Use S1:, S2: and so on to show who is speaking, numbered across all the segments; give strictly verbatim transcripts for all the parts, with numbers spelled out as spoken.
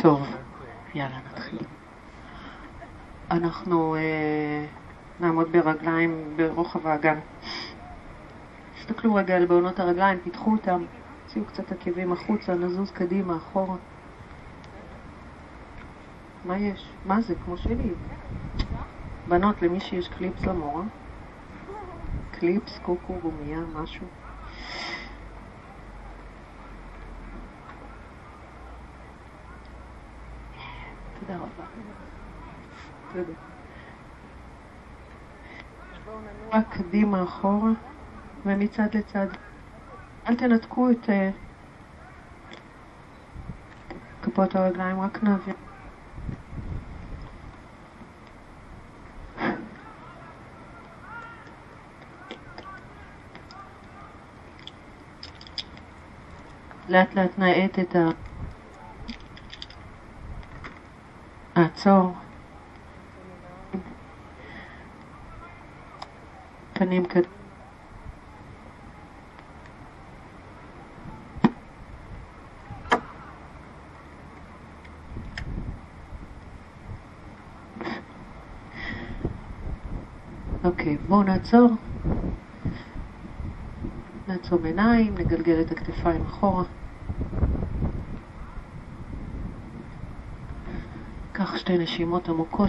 S1: טוב, יאללה נתחיל. אנחנו אה, נעמוד ברגליים ברוחב האגן. תסתכלו רגע על בעונות הרגליים, פיתחו אותם, הוציאו קצת עקבים החוצה, נזוז קדימה, אחורה. מה יש? מה זה? כמו שלי. בנות, למי שיש קליפס למורה? קליפס, קוקו, גומיה, משהו. תודה רבה. תודה. בואו ננוע קדימה, אחורה, ומצד לצד. אל תנתקו את uh, כפות הרגליים, רק נעביר. לאט לאט נעט את ה... עצור. פנים קד... אוקיי, בואו נעצור. נעצום עיניים, נגלגל את הכתפיים אחורה. קח שתי נשימות עמוקות.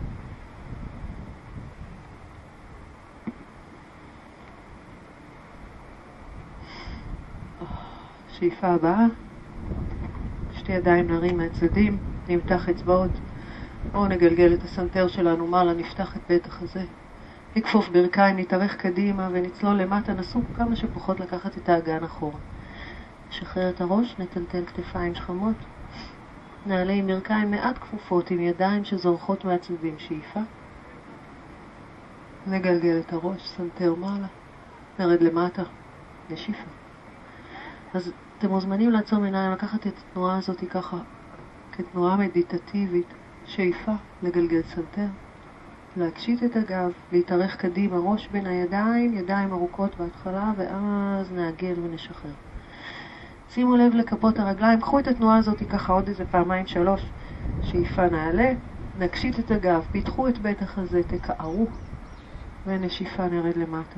S1: שאיפה הבאה. שתי ידיים נרים מהצדדים, נמתח אצבעות. בואו נגלגל את הסנטר שלנו מעלה, נפתח את בית החזה. נכפוף ברכיים, נתארך קדימה ונצלול למטה, נסו כמה שפחות לקחת את האגן אחורה. נשחרר את הראש, נטלטל כתפיים שכמות. נעלה עם ברכיים מעט כפופות, עם ידיים שזורחות מהצדדים, שאיפה. נגלגל את הראש, סנטר מעלה. נרד למטה, נשיפה. אז אתם מוזמנים לעצום עיניים, לקחת את התנועה הזאת ככה, כתנועה מדיטטיבית, שאיפה, לגלגל סנטר. להקשיט את הגב, להתארך קדימה, ראש בין הידיים, ידיים ארוכות בהתחלה, ואז נעגל ונשחרר. שימו לב לכפות הרגליים, קחו את התנועה הזאת ככה עוד איזה פעמיים שלוש, שאיפה נעלה, נקשיט את הגב, פיתחו את בית החזה, תקערו, ונשיפה נרד למטה.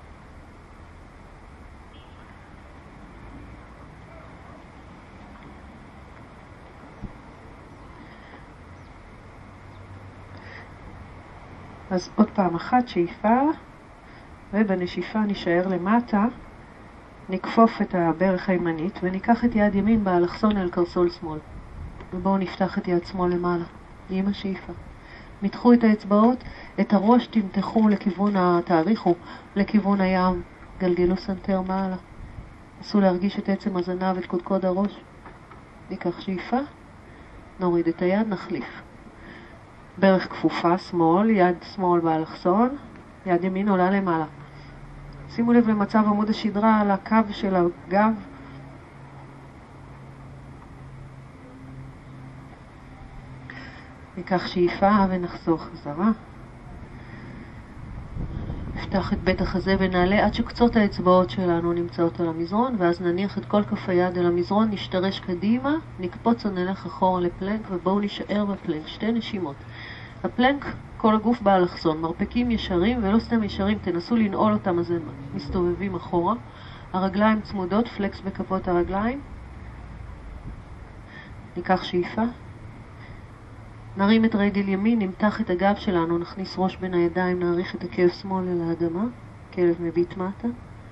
S1: אז עוד פעם אחת שאיפה, ובנשיפה נשאר למטה, נכפוף את הברך הימנית וניקח את יד ימין באלכסון אל קרסול שמאל. ובואו נפתח את יד שמאל למעלה, עם השאיפה. מתחו את האצבעות, את הראש תמתחו לכיוון, התאריכו לכיוון הים, גלגלו סנטר מעלה. נסו להרגיש את עצם הזנב, את קודקוד הראש. ניקח שאיפה, נוריד את היד, נחליף. ברך כפופה, שמאל, יד שמאל באלכסון, יד ימין עולה למעלה. שימו לב למצב עמוד השדרה על הקו של הגב. ניקח שאיפה ונחזור חזרה. נפתח את בית החזה ונעלה עד שקצות האצבעות שלנו נמצאות על המזרון, ואז נניח את כל כף היד על המזרון, נשתרש קדימה, נקפוץ ונלך אחורה לפלנק, ובואו נשאר בפלנק. שתי נשימות. הפלנק, כל הגוף באלכסון, מרפקים ישרים ולא סתם ישרים, תנסו לנעול אותם אז הם מסתובבים אחורה. הרגליים צמודות, פלקס בכפות הרגליים. ניקח שאיפה. נרים את רגל ימין, נמתח את הגב שלנו, נכניס ראש בין הידיים, נעריך את הכאב שמאל אל האדמה, כלב מביט מטה.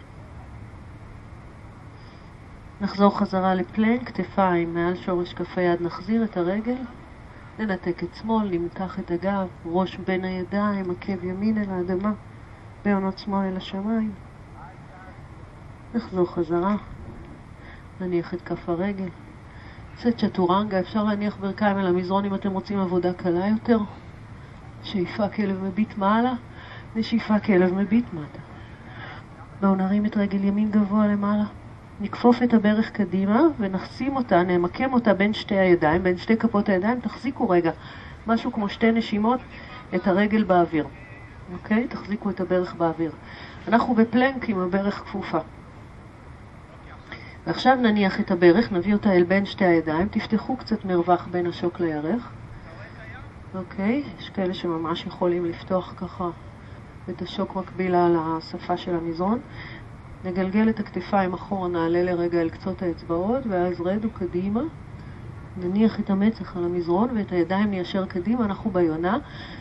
S1: נחזור חזרה לפלנק, כתפיים מעל שורש כף היד, נחזיר את הרגל. ננתק את שמאל, נמתח את הגב, ראש בין הידיים, עקב ימין אל האדמה, בעונות שמאל אל השמיים. נחזור חזרה, נניח את כף הרגל. קצת צ'טורנגה, אפשר להניח ברכיים אל המזרון אם אתם רוצים עבודה קלה יותר. שאיפה כלב מביט מעלה, נשיפה כלב מביט מטה. בואו נרים את רגל ימין גבוה למעלה. נכפוף את הברך קדימה ונשים אותה, נמקם אותה בין שתי הידיים, בין שתי כפות הידיים, תחזיקו רגע, משהו כמו שתי נשימות, את הרגל באוויר. אוקיי? תחזיקו את הברך באוויר. אנחנו בפלנק עם הברך כפופה. ועכשיו נניח את הברך, נביא אותה אל בין שתי הידיים, תפתחו קצת מרווח בין השוק לירך. אוקיי, יש כאלה שממש יכולים לפתוח ככה את השוק מקבילה לשפה של המזרון. נגלגל את הכתפיים אחורה, נעלה לרגע אל קצות האצבעות, ואז רדו קדימה. נניח את המצח על המזרון ואת הידיים ניישר קדימה, אנחנו ביונה.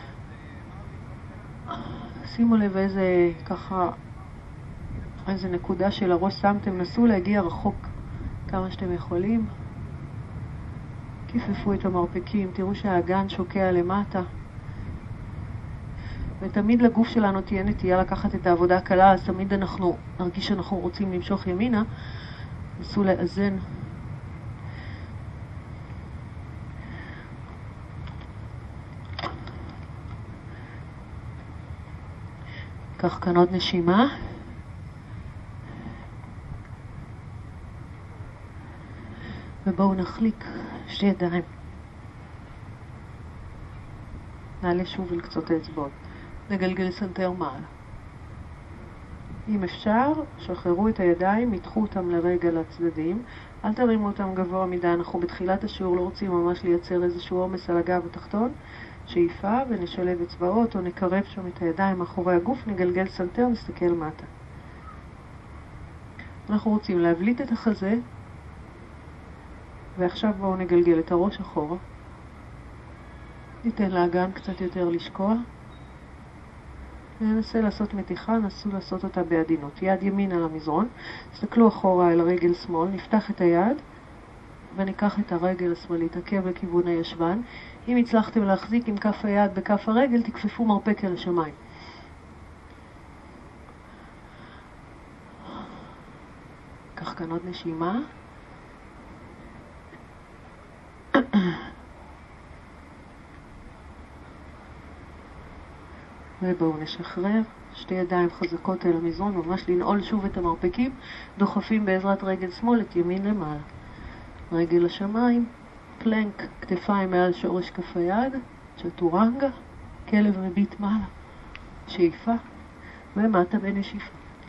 S1: שימו לב איזה ככה, איזה נקודה של הראש שמתם, נסו להגיע רחוק כמה שאתם יכולים. כיפפו את המרפקים, תראו שהאגן שוקע למטה. ותמיד לגוף שלנו תהיה נטייה לקחת את העבודה הקלה, אז תמיד אנחנו נרגיש שאנחנו רוצים למשוך ימינה. נסו לאזן. קח כאן עוד נשימה. ובואו נחליק שתי ידיים. נעלה שוב אל קצות האצבעות. נגלגל סנטר מעלה. אם אפשר, שחררו את הידיים, מתחו אותם לרגע לצדדים. אל תרימו אותם גבוה מדי, אנחנו בתחילת השיעור לא רוצים ממש לייצר איזשהו עומס על הגב התחתון. שאיפה ונשלב אצבעות או נקרב שם את הידיים מאחורי הגוף, נגלגל סנטר, נסתכל מטה. אנחנו רוצים להבליט את החזה, ועכשיו בואו נגלגל את הראש אחורה. ניתן לאגן קצת יותר לשקוע. ננסה לעשות מתיחה, נסו לעשות אותה בעדינות. יד ימין על המזרון, תסתכלו אחורה אל רגל שמאל, נפתח את היד, וניקח את הרגל השמאלית, עקב לכיוון הישבן. אם הצלחתם להחזיק עם כף היד בכף הרגל, תכפפו מרפק אל השמיים. קח כאן עוד נשימה. ובואו נשחרר. שתי ידיים חזקות אל המזרון, ממש לנעול שוב את המרפקים. דוחפים בעזרת רגל שמאל את ימין למעלה. רגל לשמיים, פלנק, כתפיים מעל שורש כף היד, צ'טורנגה, כלב מביט מעלה, שאיפה, ומטה בנשיפה.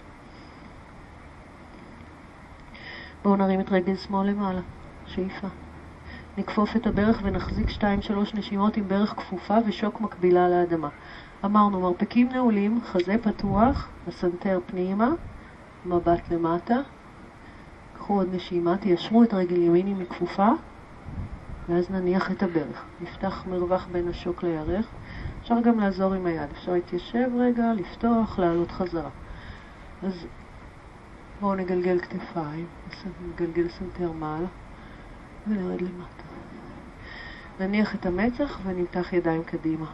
S1: בואו נרים את רגל שמאל למעלה, שאיפה. נכפוף את הברך ונחזיק שתיים שלוש נשימות עם ברך כפופה ושוק מקבילה לאדמה. אמרנו מרפקים נעולים, חזה פתוח, הסנטר פנימה, מבט למטה. קחו עוד נשימה, תיישרו את רגל ימין עם כפופה, ואז נניח את הברך. נפתח מרווח בין השוק לירך. אפשר גם לעזור עם היד. אפשר להתיישב רגע, לפתוח, לעלות חזרה. אז בואו נגלגל כתפיים, נגלגל סנטר מעלה, ונרד למטה. נניח את המצח ונמתח ידיים קדימה.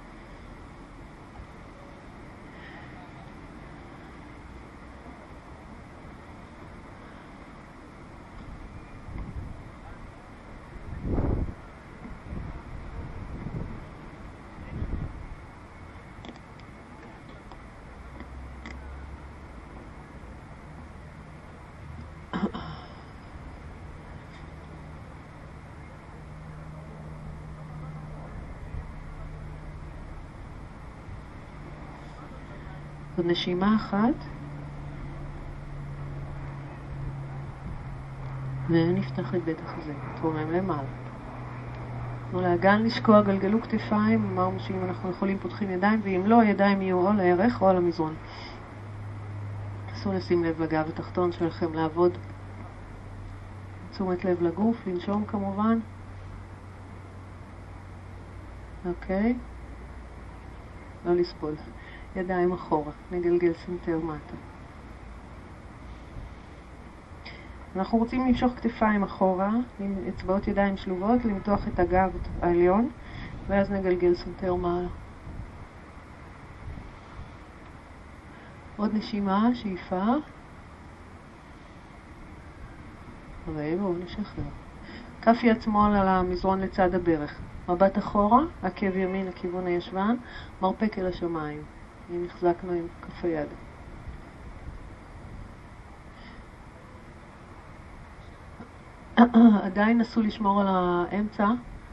S1: עוד נשימה אחת, ונפתח את בית החזה, תרומם למעלה. תנו לאגן לשקוע, גלגלו כתפיים, אמרנו שאם אנחנו יכולים פותחים ידיים, ואם לא, הידיים יהיו או לערך או על המזרון. נסו לשים לב לגב התחתון שלכם, לעבוד תשומת לב לגוף, לנשום כמובן. אוקיי? לא לסבול. ידיים אחורה, נגלגל סנטר מטה. אנחנו רוצים למשוך כתפיים אחורה, עם אצבעות ידיים שלובות, למתוח את הגב העליון, ואז נגלגל סנטר מעלה. עוד נשימה, שאיפה. ובואו נשחרר. כף יד שמאל על המזרון לצד הברך. מבט אחורה, עקב ימין לכיוון הישבן, מרפק אל השמיים. אם החזקנו עם כף היד. עדיין נסו לשמור על האמצע.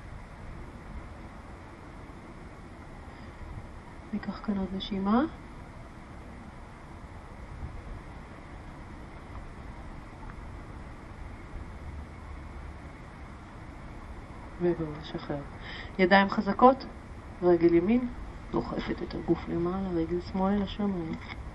S1: ניקח כאן עוד נשימה. ובואו נשחרר. ידיים חזקות, רגל ימין, דוחפת את הגוף למעלה, רגל שמאל אל השמיים.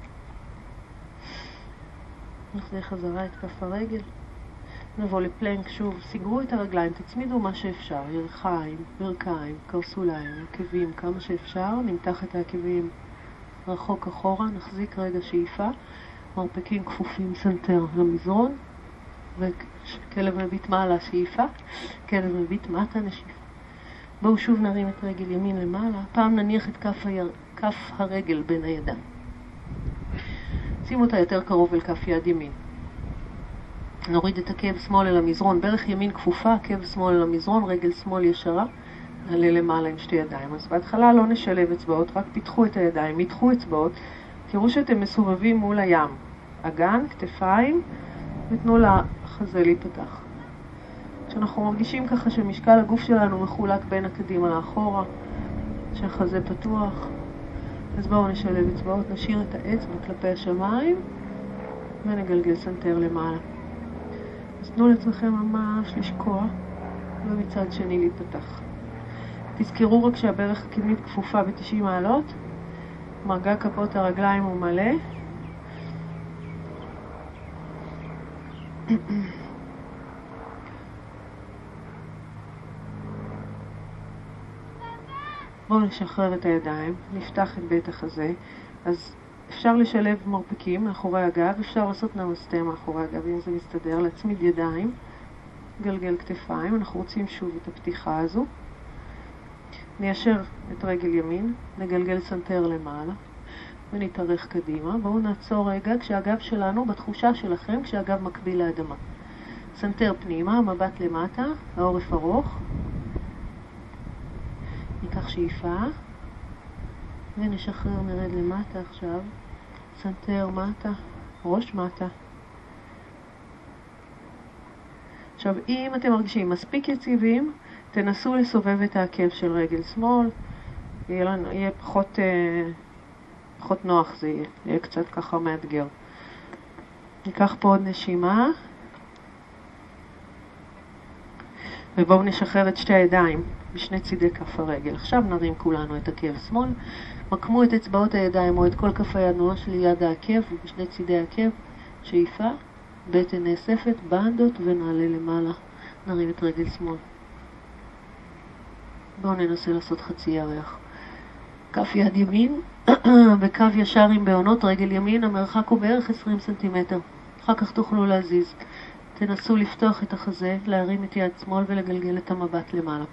S1: נחזיר חזרה את כף הרגל. נבוא לפלנק שוב, סגרו את הרגליים, תצמידו מה שאפשר, ירכיים, ברכיים, קרסוליים, עקבים, כמה שאפשר, נמתח את העקבים רחוק אחורה, נחזיק רגע שאיפה, מרפקים כפופים סנטר למזרון, וכלב מביט מעלה שאיפה, כלב מביט מטה נשיפה. בואו שוב נרים את רגל ימין למעלה, פעם נניח את כף, היר... כף הרגל בין הידיים. שימו אותה יותר קרוב אל כף יד ימין. נוריד את עקב שמאל אל המזרון, ברך ימין כפופה, עקב שמאל אל המזרון, רגל שמאל ישרה, נעלה למעלה עם שתי ידיים. אז בהתחלה לא נשלב אצבעות, רק פיתחו את הידיים, מתחו אצבעות, תראו שאתם מסובבים מול הים. אגן, כתפיים, ותנו לחזה להיפתח. כשאנחנו מרגישים ככה שמשקל הגוף שלנו מחולק בין הקדימה לאחורה, שהחזה פתוח, אז בואו נשלב אצבעות, נשאיר את האצבע כלפי השמיים, ונגלגל סנטר למעלה. אז תנו לעצמכם ממש לשקוע, ומצד שני להיפתח. תזכרו רק שהברך הקדמית כפופה ב-תשעים מעלות, מרגע כפות הרגליים הוא מלא. בואו נשחרר את הידיים, נפתח את בית החזה. אז אפשר לשלב מרפקים מאחורי הגב, אפשר לעשות נמסטה מאחורי הגב, אם זה מסתדר, להצמיד ידיים, גלגל כתפיים. אנחנו רוצים שוב את הפתיחה הזו. ניישר את רגל ימין, נגלגל סנטר למעלה, ונתארך קדימה. בואו נעצור רגע כשהגב שלנו, בתחושה שלכם, כשהגב מקביל לאדמה. סנטר פנימה, מבט למטה, העורף ארוך. ניקח שאיפה, ונשחרר, נרד למטה עכשיו. סנטר מטה, ראש מטה. עכשיו, אם אתם מרגישים מספיק יציבים, תנסו לסובב את העקב של רגל שמאל. יהיה, לנו, יהיה פחות, אה, פחות נוח, זה יהיה, יהיה קצת ככה מאתגר. ניקח פה עוד נשימה. ובואו נשחרר את שתי הידיים בשני צידי כף הרגל. עכשיו נרים כולנו את עקב שמאל. מקמו את אצבעות הידיים או את כל כף היד ממש ליד העקב ובשני צידי העקב. שאיפה, בטן נאספת, בנדות ונעלה למעלה. נרים את רגל שמאל. בואו ננסה לעשות חצי ירח. כף יד ימין, בקו ישר עם בעונות רגל ימין, המרחק הוא בערך עשרים סנטימטר. אחר כך תוכלו להזיז. תנסו לפתוח את החזה, להרים את יד שמאל ולגלגל את המבט למעלה.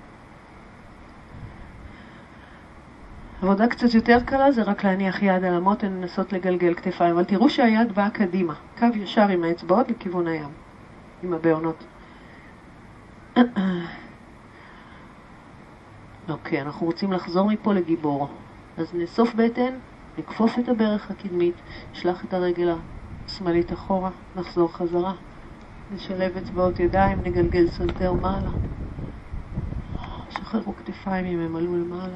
S1: עבודה קצת יותר קלה זה רק להניח יד על המותן ולנסות לגלגל כתפיים, אבל תראו שהיד באה קדימה, קו ישר עם האצבעות לכיוון הים, עם הבעונות. אוקיי, אנחנו רוצים לחזור מפה לגיבור. אז נאסוף בטן, נכפוף את הברך הקדמית, נשלח את הרגל השמאלית אחורה, נחזור חזרה. נשלב אצבעות ידיים, נגלגל סנטר מעלה. שחררו כתפיים אם הם עלו למעלה.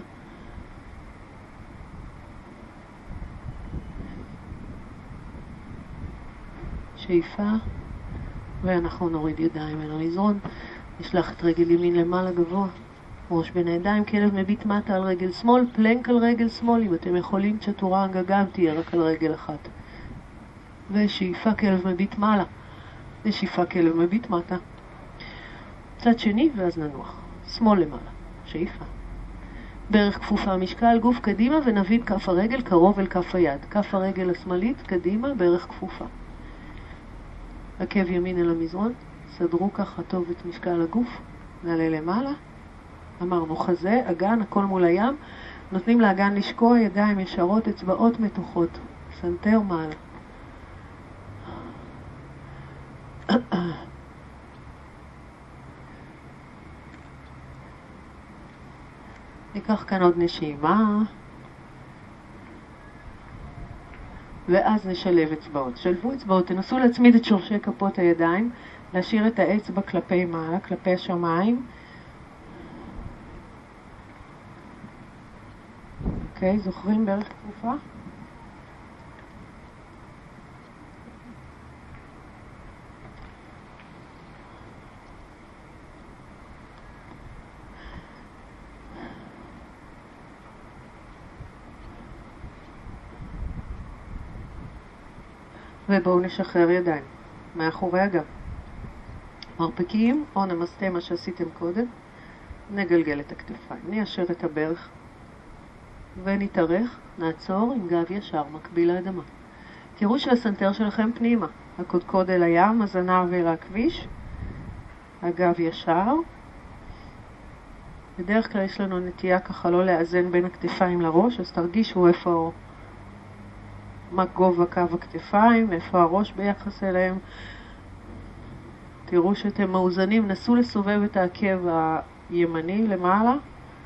S1: שאיפה, ואנחנו נוריד ידיים אל המזרון. נשלח את רגל ימין למעלה גבוה. ראש בין הידיים, כלב מביט מטה על רגל שמאל, פלנק על רגל שמאל, אם אתם יכולים צ'טורה גם תהיה רק על רגל אחת. ושאיפה, כלב מביט מעלה. נשיפה, כלב מביט מטה. צד שני ואז ננוח. שמאל למעלה. שאיפה. ברך כפופה, משקל גוף קדימה ונביט כף הרגל קרוב אל כף היד. כף הרגל השמאלית קדימה, ברך כפופה. עקב ימין אל המזרון. סדרו ככה טוב את משקל הגוף. נעלה למעלה. אמרנו חזה, אגן, הכל מול הים. נותנים לאגן לשקוע, ידיים ישרות, אצבעות מתוחות. סנטר מעלה. ניקח כאן עוד נשימה, ואז נשלב אצבעות. שלבו אצבעות, תנסו להצמיד את שורשי כפות הידיים, להשאיר את האצבע כלפי מעלה, כלפי השמיים. אוקיי, זוכרים ברך כפופה? ובואו נשחרר ידיים מאחורי הגב. מרפקים או נמסטה מה שעשיתם קודם. נגלגל את הכתפיים, ניישר את הברך ונתארך, נעצור עם גב ישר מקביל לאדמה. תראו שהסנטר שלכם פנימה, הקודקוד אל הים, הזנב אל הכביש, הגב ישר. בדרך כלל יש לנו נטייה ככה לא לאזן בין הכתפיים לראש, אז תרגישו איפה, מה גובה קו הכתפיים, איפה הראש ביחס אליהם. תראו שאתם מאוזנים, נסו לסובב את העקב הימני למעלה.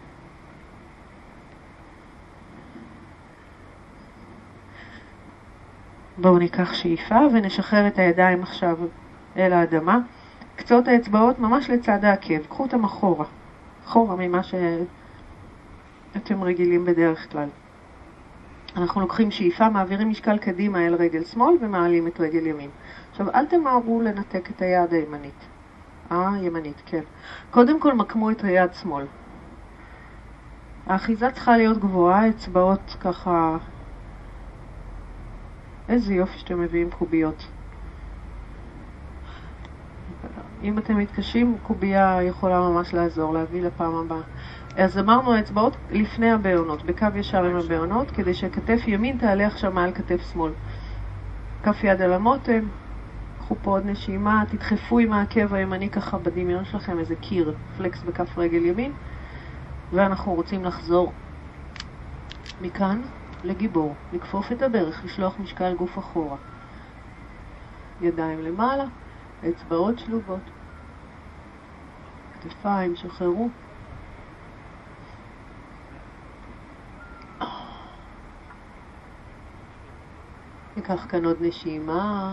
S1: בואו ניקח שאיפה ונשחרר את הידיים עכשיו אל האדמה. קצות האצבעות ממש לצד העקב, קחו אותם אחורה, אחורה ממה שאתם רגילים בדרך כלל. אנחנו לוקחים שאיפה, מעבירים משקל קדימה אל רגל שמאל ומעלים את רגל ימין. עכשיו אל תמהרו לנתק את היד הימנית. אה, ימנית, כן. קודם כל מקמו את היד שמאל. האחיזה צריכה להיות גבוהה, אצבעות ככה. איזה יופי שאתם מביאים קוביות. אם אתם מתקשים, קובייה יכולה ממש לעזור, להביא לפעם הבאה. אז אמרנו האצבעות לפני הבעונות, בקו ישר עם הבעונות, כדי שכתף ימין תעלה עכשיו מעל כתף שמאל. כף יד על המותן, קחו פה עוד נשימה, תדחפו עם העקב הימני ככה בדמיון שלכם איזה קיר, פלקס בכף רגל ימין, ואנחנו רוצים לחזור מכאן לגיבור, לכפוף את הברך, לשלוח משקל גוף אחורה. ידיים למעלה, אצבעות שלובות, כתפיים שחררו. ניקח כאן עוד נשימה.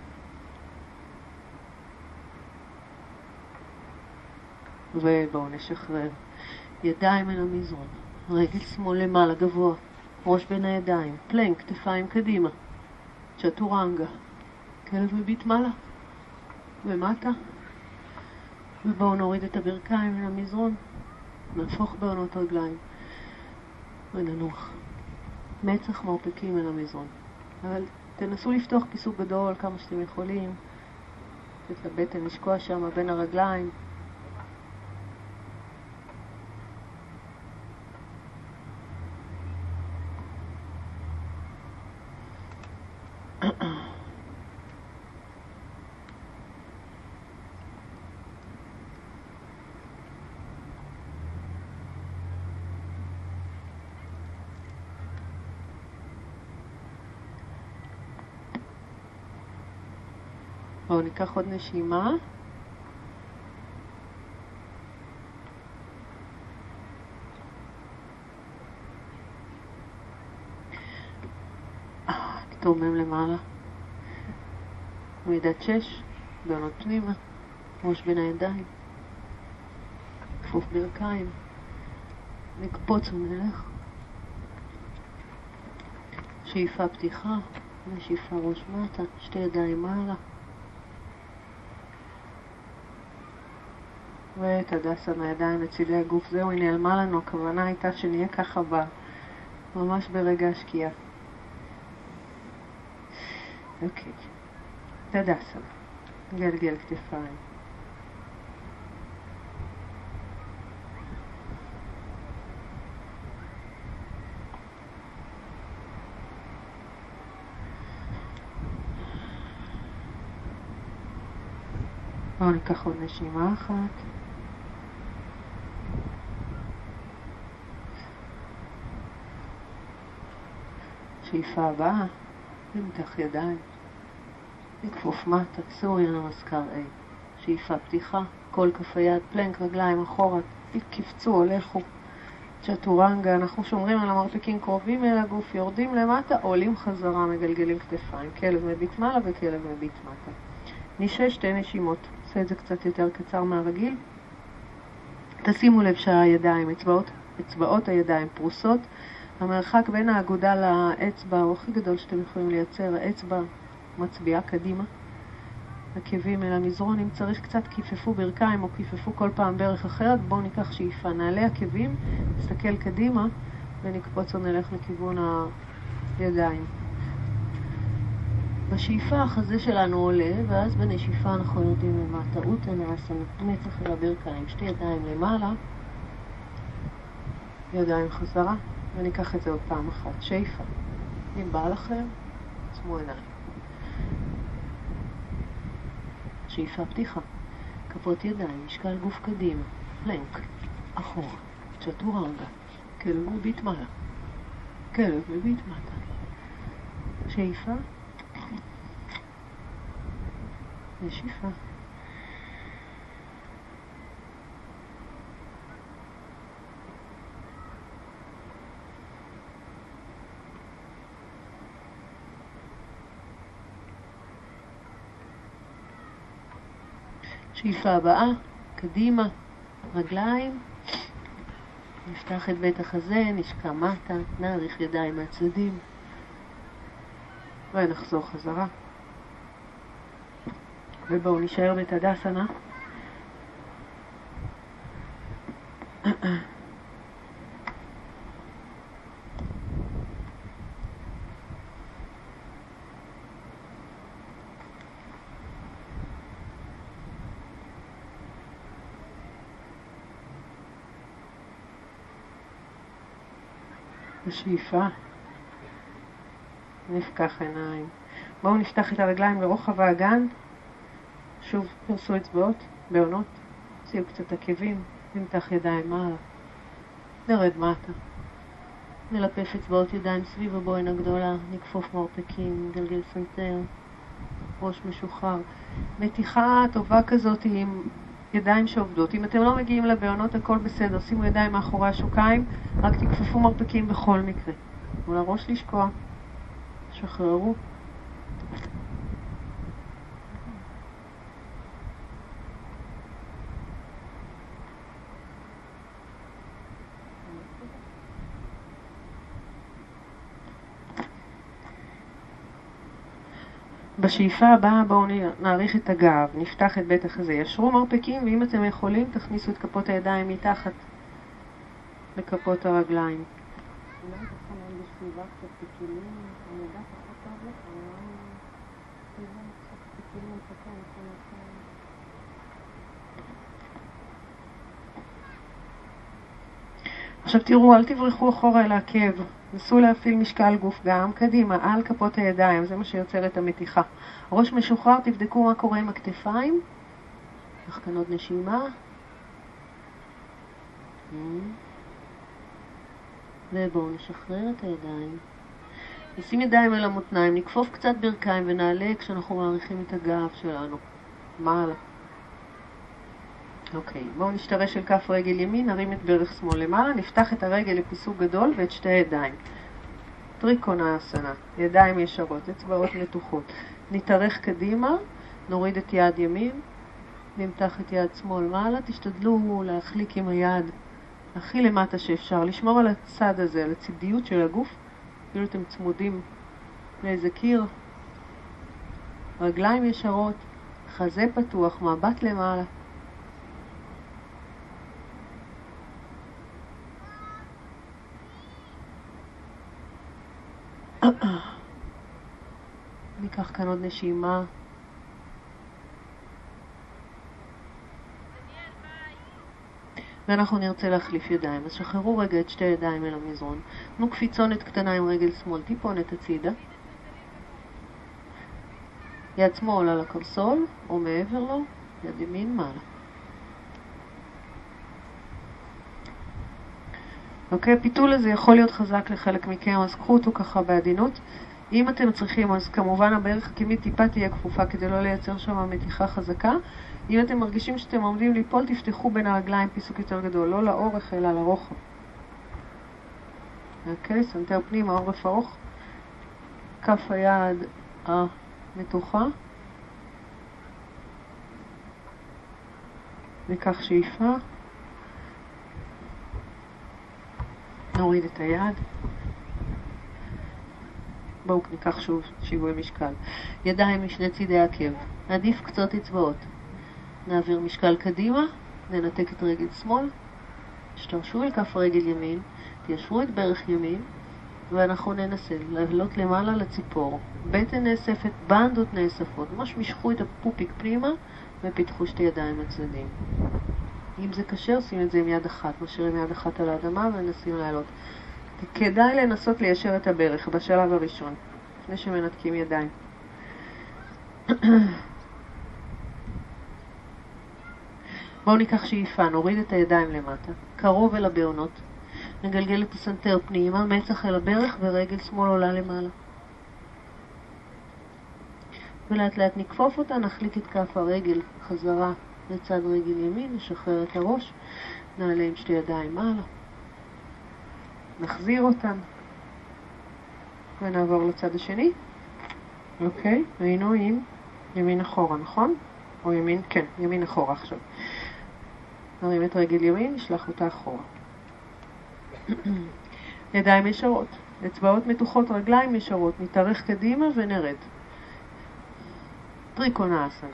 S1: ובואו נשחרר. ידיים אל המזרון, רגל שמאל למעלה גבוה, ראש בין הידיים, פלנק, כתפיים קדימה, צ'טורנגה, כלב מביט מעלה ומטה. ובואו נוריד את הברכיים אל המזרון, נהפוך בעונות רגליים וננוח. מצח מרפקים אל המזרון, אבל תנסו לפתוח כיסוק גדול כמה שאתם יכולים, לתת לבטן לשקוע שם בין הרגליים. בואו ניקח עוד נשימה. תתרומם למעלה. מידת שש, בעונות פנימה, ראש בין הידיים, כפוף ברכיים, נקפוץ ונלך. שאיפה פתיחה, נשיפה ראש מטה, שתי ידיים מעלה. ואת הדסה מהידיים לצידי הגוף. זהו, היא נעלמה לנו. הכוונה הייתה שנהיה ככה בה, ממש ברגע השקיעה. אוקיי. תדסה. גלגל כתפיים. בואו ניקח עוד נשימה אחת. שאיפה הבאה, נמתח ידיים, נכפוף מטה, סוריה נמסקר A. שאיפה פתיחה, כל כף היד, פלנק, רגליים אחורה, קפצו, הולכו. צ'טורנגה, אנחנו שומרים על המרפקים קרובים אל הגוף, יורדים למטה, עולים חזרה, מגלגלים כתפיים, כלב מביט מעלה וכלב מביט מטה. נשאר שתי נשימות, עושה את זה קצת יותר קצר מהרגיל. תשימו לב שהידיים, אצבעות, אצבעות הידיים פרוסות, המרחק בין האגודה לאצבע הוא הכי גדול שאתם יכולים לייצר. האצבע מצביעה קדימה, עקבים אל המזרון. אם צריך קצת כיפפו ברכיים או כיפפו כל פעם ברך אחרת. בואו ניקח שאיפה, נעלה עקבים, נסתכל קדימה ונקפוץ ונלך לכיוון הידיים. בשאיפה החזה שלנו עולה, ואז בנשיפה אנחנו יורדים למטה. אוטנאסנה, מצח אל הברכיים, שתי ידיים למעלה, ידיים חזרה, וניקח את זה עוד פעם אחת. שאיפה. אם בא לכם, עצמו עיניים. שאיפה פתיחה. כפות ידיים, משקל גוף קדימה, פלנק, אחורה, צ'טורנגה, כלב מביט מעלה, כלב מביט מטה. שאיפה, נשיפה. שאיפה הבאה, קדימה, רגליים, נפתח את בית החזה, נשקע מטה, נעריך ידיים מהצדדים, ונחזור חזרה. ובואו נשאר בתדסנה. בשאיפה נפקח עיניים. בואו נפתח את הרגליים לרוחב האגן. שוב פרסו אצבעות, בעונות, הוציאו קצת עקבים, נמתח ידיים מעלה, נרד מטה, נלפף אצבעות ידיים סביב הבוין הגדולה, נקפוף מרפקים, נגלגל סנטר, ראש משוחרר. מתיחה טובה כזאת עם ידיים שעובדות. אם אתם לא מגיעים לבעונות הכל בסדר, שימו ידיים מאחורי השוקיים, רק תקפפו מרפקים בכל מקרה. מול הראש לשקוע, שחררו. בשאיפה הבאה בואו נעריך את הגב, נפתח את בית החזה, ישרו מרפקים, ואם אתם יכולים תכניסו את כפות הידיים מתחת לכפות הרגליים. אולי תכנן בסביבה קצת תקילים, אני יודעת פחות טוב לך, אני לא קצת תקילים תקן, עכשיו תראו, אל תברחו אחורה אל העקב, נסו להפעיל משקל גוף גם קדימה, על כפות הידיים, זה מה שיוצר את המתיחה. ראש משוחרר, תבדקו מה קורה עם הכתפיים, תחכנות נשימה, ובואו נשחרר את הידיים, נשים ידיים אל המותניים, נקפוף קצת ברכיים ונעלה כשאנחנו מעריכים את הגב שלנו, מעלה. אוקיי, בואו נשתרש של כף רגל ימין, נרים את ברך שמאל למעלה, נפתח את הרגל לפיסוק גדול ואת שתי הידיים. טריקונאסנה, ידיים ישרות, אצבעות מתוחות. נתארך קדימה, נוריד את יד ימין, נמתח את יד שמאל מעלה, תשתדלו להחליק עם היד הכי למטה שאפשר, לשמור על הצד הזה, על הצידיות של הגוף, כאילו אתם צמודים לאיזה קיר. רגליים ישרות, חזה פתוח, מבט למעלה. ניקח כאן עוד נשימה. ואנחנו נרצה להחליף ידיים. אז שחררו רגע את שתי ידיים אל המזרון. תנו קפיצונת קטנה עם רגל שמאל, טיפונת הצידה. יד שמאל על הקרסול, או מעבר לו, יד ימין מעלה. אוקיי, הפיתול הזה יכול להיות חזק לחלק מכם, אז קחו אותו ככה בעדינות. אם אתם צריכים, אז כמובן הברך הקדמית טיפה תהיה כפופה כדי לא לייצר שם מתיחה חזקה. אם אתם מרגישים שאתם עומדים ליפול, תפתחו בין הרגליים פיסוק יותר גדול, לא לאורך אלא לרוחב. אוקיי, סנטר פנימה, עורף ארוך. כף היד המתוחה. ניקח שאיפה. נוריד את היד. בואו ניקח שוב שיווי משקל. ידיים משני צידי העקב. נעדיף קצות אצבעות. נעביר משקל קדימה. ננתק את רגל שמאל. שתרשו אל כף רגל ימין. תיישרו את ברך ימין. ואנחנו ננסה לעלות למעלה לציפור. בטן נאספת, בנדות נאספות. ממש משכו את הפופיק פנימה ופיתחו שתי ידיים לצדדים. אם זה קשה, עושים את זה עם יד אחת. משאירים יד אחת על האדמה ונסים לעלות. כדאי לנסות ליישר את הברך בשלב הראשון, לפני שמנתקים ידיים. בואו ניקח שאיפה, נוריד את הידיים למטה, קרוב אל הבעונות. נגלגל את הסנטר פנימה, מצח אל הברך ורגל שמאל עולה למעלה. ולאט לאט נקפוף אותה, נחליק את כף הרגל חזרה לצד רגל ימין, נשחרר את הראש, נעלה עם שתי ידיים מעלה. נחזיר אותן ונעבור לצד השני. אוקיי, היינו עם ימין אחורה, נכון? או ימין, כן, ימין אחורה עכשיו. נרים את רגל ימין, נשלח אותה אחורה. ידיים ישרות, אצבעות מתוחות, רגליים ישרות, נתארך קדימה ונרד. טריקונאסנה.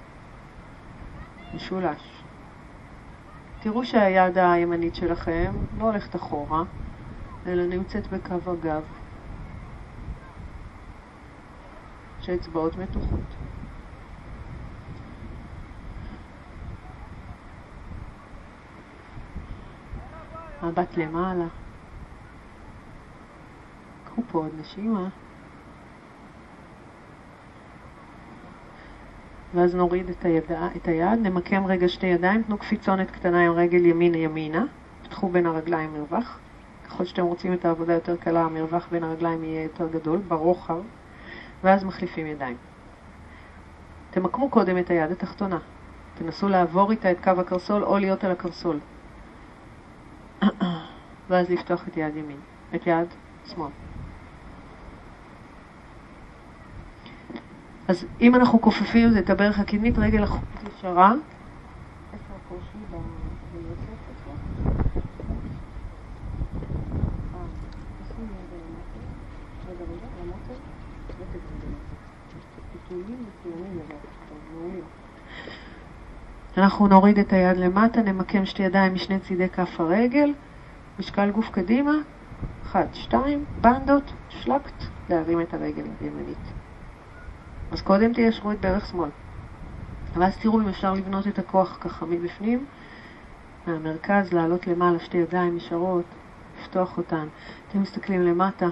S1: משולש. תראו שהיד הימנית שלכם לא הולכת אחורה, אלא נמצאת בקו הגב. שאצבעות מתוחות. מבט למעלה. קחו פה עוד נשימה. ואז נוריד את היד, את היד, נמקם רגע שתי ידיים, תנו קפיצונת קטנה עם רגל ימינה ימינה, פתחו בין הרגליים מרווח. ככל שאתם רוצים את העבודה יותר קלה, המרווח בין הרגליים יהיה יותר גדול, ברוחב, ואז מחליפים ידיים. תמקמו קודם את היד התחתונה. תנסו לעבור איתה את קו הקרסול או להיות על הקרסול. ואז לפתוח את יד ימין, את יד שמאל. אז אם אנחנו כופפים את הברך הקדמית, רגל אחורית ישרה. איפה הקושי ביוצאת אצלך? אה, תשים יד למטה. רגע רגע, למטה. ותגמדים. פיתולים ופיונים לברך. אנחנו נוריד את היד למטה, נמקם שתי ידיים משני צידי כף הרגל. משקל גוף קדימה. אחד, שתיים, בנדות, שלקט, להרים את הרגל הימנית. אז קודם תיישרו את ברך שמאל. ואז תראו אם אפשר לבנות את הכוח ככה מבפנים, מהמרכז, לעלות למעלה שתי ידיים ישרות, לפתוח אותן. אתם מסתכלים למטה.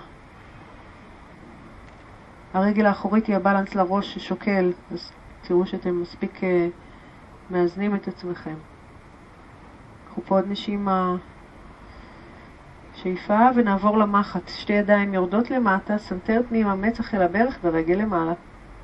S1: הרגל האחורית היא הבלנס לראש ששוקל, אז תראו שאתם מספיק uh, מאזנים את עצמכם. קחו פה עוד נשימה, שאיפה, ונעבור למחט. שתי ידיים יורדות למטה, סנטר פנימה, מצח אל הברך ורגל למעלה.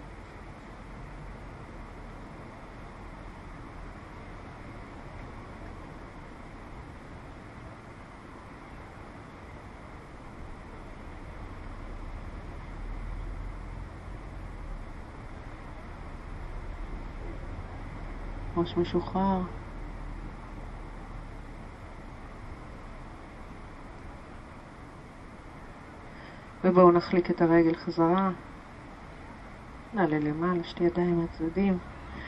S1: ראש משוחרר. ובואו נחליק את הרגל חזרה. נעלה למעלה, שתי ידיים מהצדדים.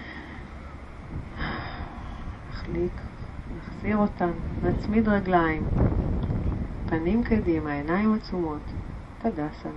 S1: נחליק, נחזיר אותן, נצמיד רגליים. פנים קדימה, עיניים עצומות. תדסנה.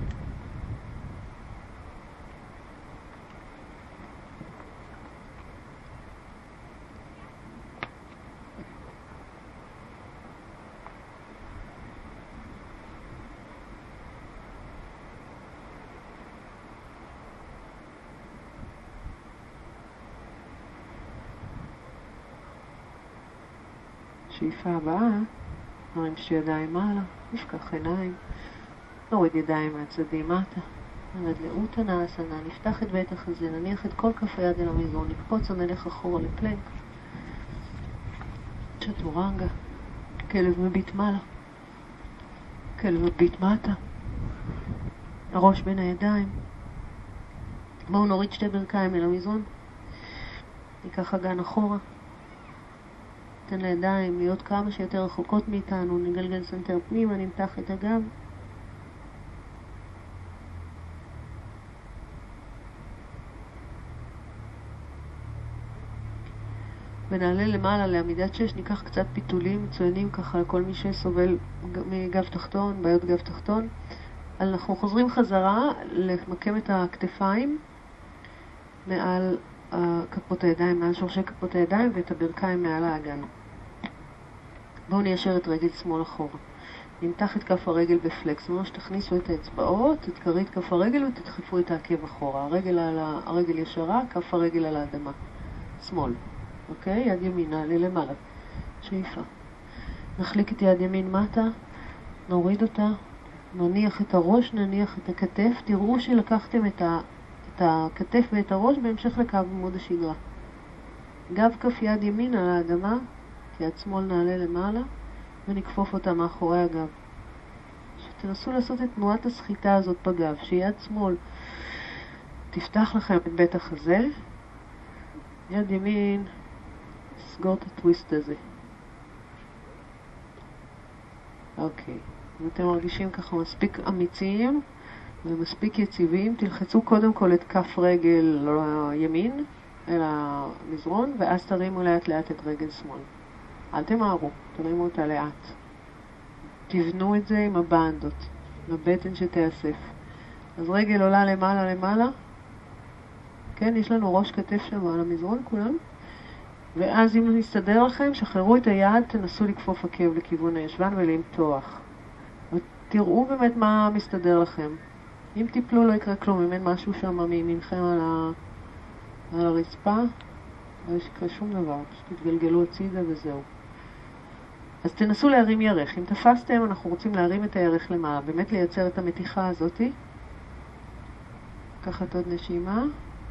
S1: שאיפה הבאה, נרים שתי ידיים מעלה, נפקח עיניים, נוריד ידיים מהצדדים מטה, נרד לאוטנאסנה, נפתח את בית החזה, נניח את כל כף היד אל המזרון, נקפוץ ונלך אחורה לפלנק, צ'טורנגה, כלב מביט מעלה, כלב מביט מטה, הראש בין הידיים. בואו נוריד שתי ברכיים אל המזרון, ניקח אגן אחורה, ניתן לידיים להיות כמה שיותר רחוקות מאיתנו, נגלגל סנטר פנימה, נמתח את הגב. ונעלה למעלה לעמידת שש, ניקח קצת פיתולים מצוינים ככה לכל מי שסובל מגב תחתון, בעיות גב תחתון. אנחנו חוזרים חזרה למקם את הכתפיים מעל כפות הידיים, מעל שורשי כפות הידיים, ואת הברכיים מעל האגן. בואו ניישר את רגל שמאל אחורה. נמתח את כף הרגל בפלקס, ממש תכניסו את האצבעות, תתקרי את כף הרגל ותדחפו את העקב אחורה. הרגל, על ה... הרגל ישרה, כף הרגל על האדמה. שמאל. אוקיי? יד ימין, נעלה למעלה. שאיפה. נחליק את יד ימין מטה, נוריד אותה, נניח את הראש, נניח את הכתף. תראו שלקחתם את, ה... את הכתף ואת הראש בהמשך לקו עמוד השדרה. גב כף יד ימין על האדמה, יד שמאל נעלה למעלה, ונכפוף אותה מאחורי הגב. שתנסו לעשות את תנועת הסחיטה הזאת בגב, שיד שמאל תפתח לכם את בית החזה, יד ימין סגור את הטוויסט הזה. אוקיי, אם אתם מרגישים ככה מספיק אמיצים ומספיק יציבים, תלחצו קודם כל את כף רגל ימין אל המזרון, ואז תרימו לאט לאט את רגל שמאל. אל תמהרו, תרימו אותה לאט. תבנו את זה עם הבנדות, עם הבטן שתאסף. אז רגל עולה למעלה למעלה. כן, יש לנו ראש כתף שם על המזרון כולם. ואז אם נסתדר לכם, שחררו את היד, תנסו לקפוף עקב לכיוון הישבן ולמתוח. ותראו באמת מה מסתדר לכם. אם תיפלו לא יקרה כלום, אם אין משהו שם מימינכם על, ה... על הרצפה, לא יקרה שום דבר, פשוט תתגלגלו הצידה וזהו. אז תנסו להרים ירך. אם תפסתם, אנחנו רוצים להרים את הירך למעלה, באמת לייצר את המתיחה הזאת. לקחת עוד נשימה.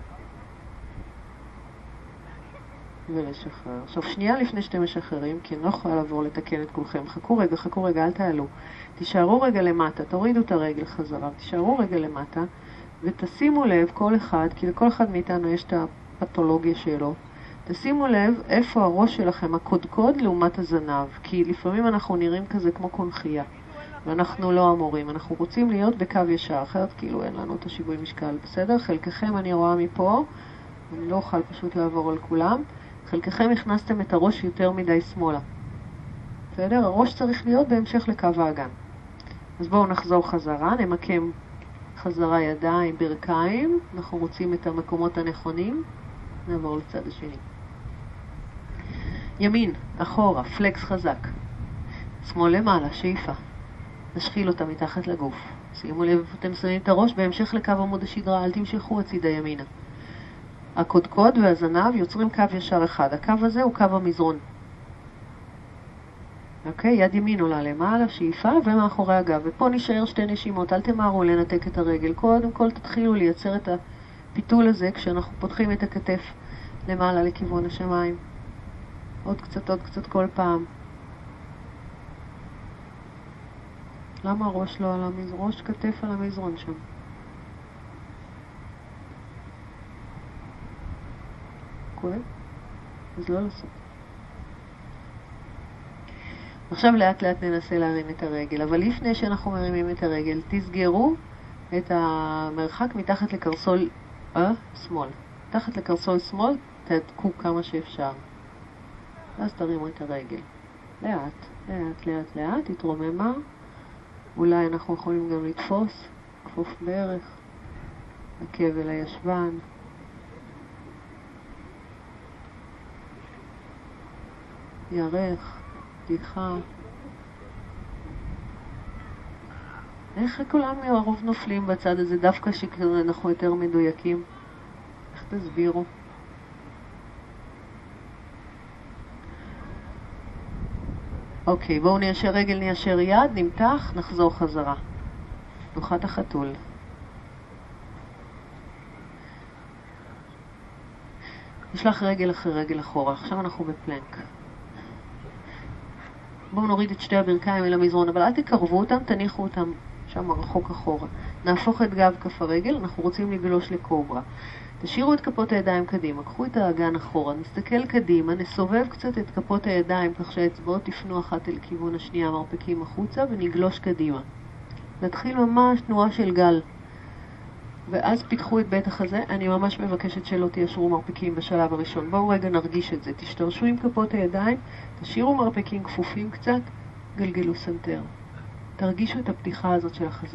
S1: ולשחרר. עכשיו שנייה לפני שאתם משחררים, כי אני לא יכולה לעבור לתקן את כולכם. חכו רגע, חכו רגע, אל תעלו. תישארו רגע למטה, תורידו את הרגל חזרה, תישארו רגע למטה, ותשימו לב כל אחד, כי לכל אחד מאיתנו יש את הפתולוגיה שלו. תשימו לב איפה הראש שלכם, הקודקוד לעומת הזנב, כי לפעמים אנחנו נראים כזה כמו קונחייה, ואנחנו לא אמורים, אנחנו רוצים להיות בקו ישר, אחרת כאילו אין לנו את השיווי משקל, בסדר? חלקכם אני רואה מפה, אני לא אוכל פשוט לעבור על כולם, חלקכם הכנסתם את הראש יותר מדי שמאלה, בסדר? הראש צריך להיות בהמשך לקו האגן. אז בואו נחזור חזרה, נמקם חזרה ידיים, ברכיים, אנחנו רוצים את המקומות הנכונים, נעבור לצד השני. ימין, אחורה, פלקס חזק. שמאל למעלה, שאיפה. נשחיל אותה מתחת לגוף. שימו לב, אתם שמים את הראש בהמשך לקו עמוד השדרה, אל תמשכו הצידה ימינה. הקודקוד והזנב יוצרים קו ישר אחד. הקו הזה הוא קו המזרון. אוקיי, יד ימין עולה למעלה, שאיפה, ומאחורי הגב. ופה נשאר שתי נשימות, אל תמהרו לנתק את הרגל. קודם כל תתחילו לייצר את הפיתול הזה כשאנחנו פותחים את הכתף למעלה לכיוון השמיים. עוד קצת, עוד קצת כל פעם. למה הראש לא על המזרון? ראש כתף על המזרון שם. כואב? אז לא לעשות. עכשיו לאט לאט ננסה להרים את הרגל, אבל לפני שאנחנו מרימים את הרגל, תסגרו את המרחק מתחת לקרסול אה, שמאל. מתחת לקרסול שמאל, תעדקו כמה שאפשר. ואז תרימו את הרגל. לאט, לאט, לאט, לאט, תתרוממה. אולי אנחנו יכולים גם לתפוס, כפוף בערך, עקב אל הישבן. ירך, פתיחה. איך כולם הרוב נופלים בצד הזה, דווקא שאנחנו יותר מדויקים? איך תסבירו? אוקיי, בואו ניישר רגל, ניישר יד, נמתח, נחזור חזרה. תנוחת החתול. נשלח רגל אחרי רגל אחורה. עכשיו אנחנו בפלנק. בואו נוריד את שתי הברכיים אל המזרון, אבל אל תקרבו אותם, תניחו אותם שם רחוק אחורה. נהפוך את גב כף הרגל, אנחנו רוצים לגלוש לקוברה. תשאירו את כפות הידיים קדימה, קחו את האגן אחורה, נסתכל קדימה, נסובב קצת את כפות הידיים כך שהאצבעות תפנו אחת אל כיוון השנייה, מרפקים החוצה ונגלוש קדימה. נתחיל ממש תנועה של גל. ואז פיתחו את בית החזה. אני ממש מבקשת שלא תיישרו מרפקים בשלב הראשון. בואו רגע נרגיש את זה. תשתרשו עם כפות הידיים, תשאירו מרפקים כפופים קצת, גלגלו סנטר. תרגישו את הפתיחה הזאת של החזה.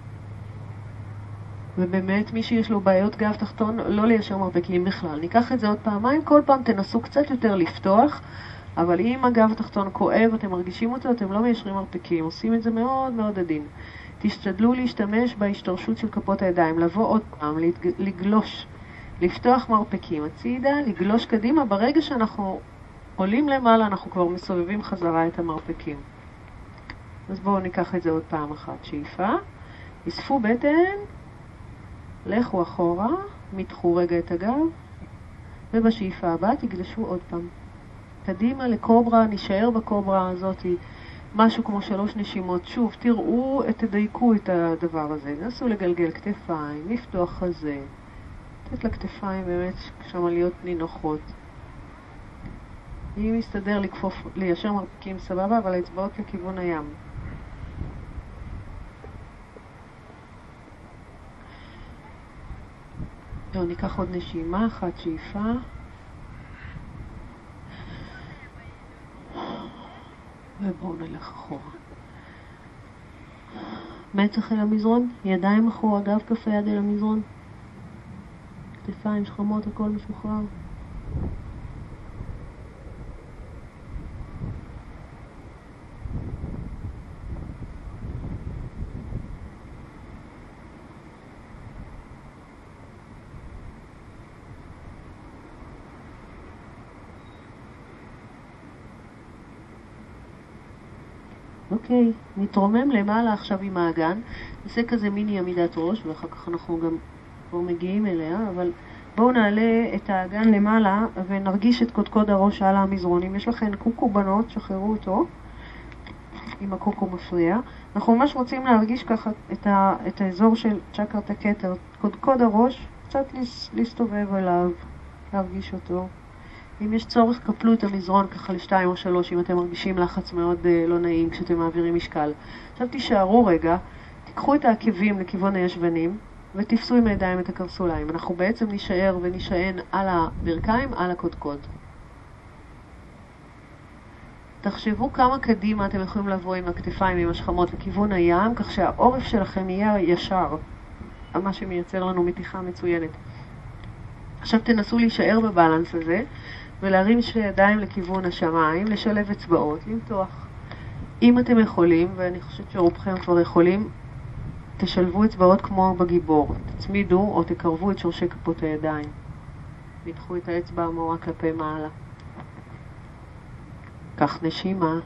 S1: ובאמת מי שיש לו בעיות גב תחתון, לא ליישר מרפקים בכלל. ניקח את זה עוד פעמיים, כל פעם תנסו קצת יותר לפתוח, אבל אם הגב התחתון כואב, אתם מרגישים אותו, אתם לא מיישרים מרפקים, עושים את זה מאוד מאוד עדין. תשתדלו להשתמש בהשתרשות של כפות הידיים, לבוא עוד פעם, לגלוש, לפתוח מרפקים הצידה, לגלוש קדימה. ברגע שאנחנו עולים למעלה, אנחנו כבר מסובבים חזרה את המרפקים. אז בואו ניקח את זה עוד פעם אחת. שאיפה, אספו בטן, לכו אחורה, מתחו רגע את הגב, ובשאיפה הבאה תגלשו עוד פעם. קדימה לקוברה, נשאר בקוברה הזאת משהו כמו שלוש נשימות. שוב, תראו, תדייקו את הדבר הזה. נסו לגלגל כתפיים, לפתוח חזה. לתת לכתפיים באמת שם להיות נינוחות. אם מסתדר לקפוף, ליישר מרפקים סבבה, אבל האצבעות לכיוון הים. לא, ניקח עוד נשימה אחת, שאיפה. ובואו נלך אחורה. מצח אל המזרון, ידיים אחורה, גב כף היד אל המזרון. כתפיים שכמות, הכל משוחרר. אוקיי, נתרומם למעלה עכשיו עם האגן, נעשה כזה מיני עמידת ראש, ואחר כך אנחנו גם כבר מגיעים אליה, אבל בואו נעלה את האגן למעלה ונרגיש את קודקוד הראש על המזרון. אם יש לכם קוקו בנות, שחררו אותו, אם הקוקו מפריע. אנחנו ממש רוצים להרגיש ככה את, ה, את האזור של צ'קרת הכתר, קודקוד הראש, קצת להסתובב עליו, להרגיש אותו. אם יש צורך, קפלו את המזרון ככה לשתיים או שלוש, אם אתם מרגישים לחץ מאוד uh, לא נעים כשאתם מעבירים משקל. עכשיו תישארו רגע, תיקחו את העקבים לכיוון הישבנים, ותפסו עם הידיים את הקרסוליים. אנחנו בעצם נשאר ונשען על הברכיים, על הקודקוד. תחשבו כמה קדימה אתם יכולים לבוא עם הכתפיים, עם השכמות לכיוון הים, כך שהעורף שלכם יהיה ישר, מה שמייצר לנו מתיחה מצוינת. עכשיו תנסו להישאר בבלנס הזה, ולהרים שתי ידיים לכיוון השמיים, לשלב אצבעות, למתוח. אם אתם יכולים, ואני חושבת שרובכם כבר יכולים, תשלבו אצבעות כמו בגיבור. תצמידו או תקרבו את שורשי כפות הידיים. מתחו את האצבע המורה כלפי מעלה. קח נשימה.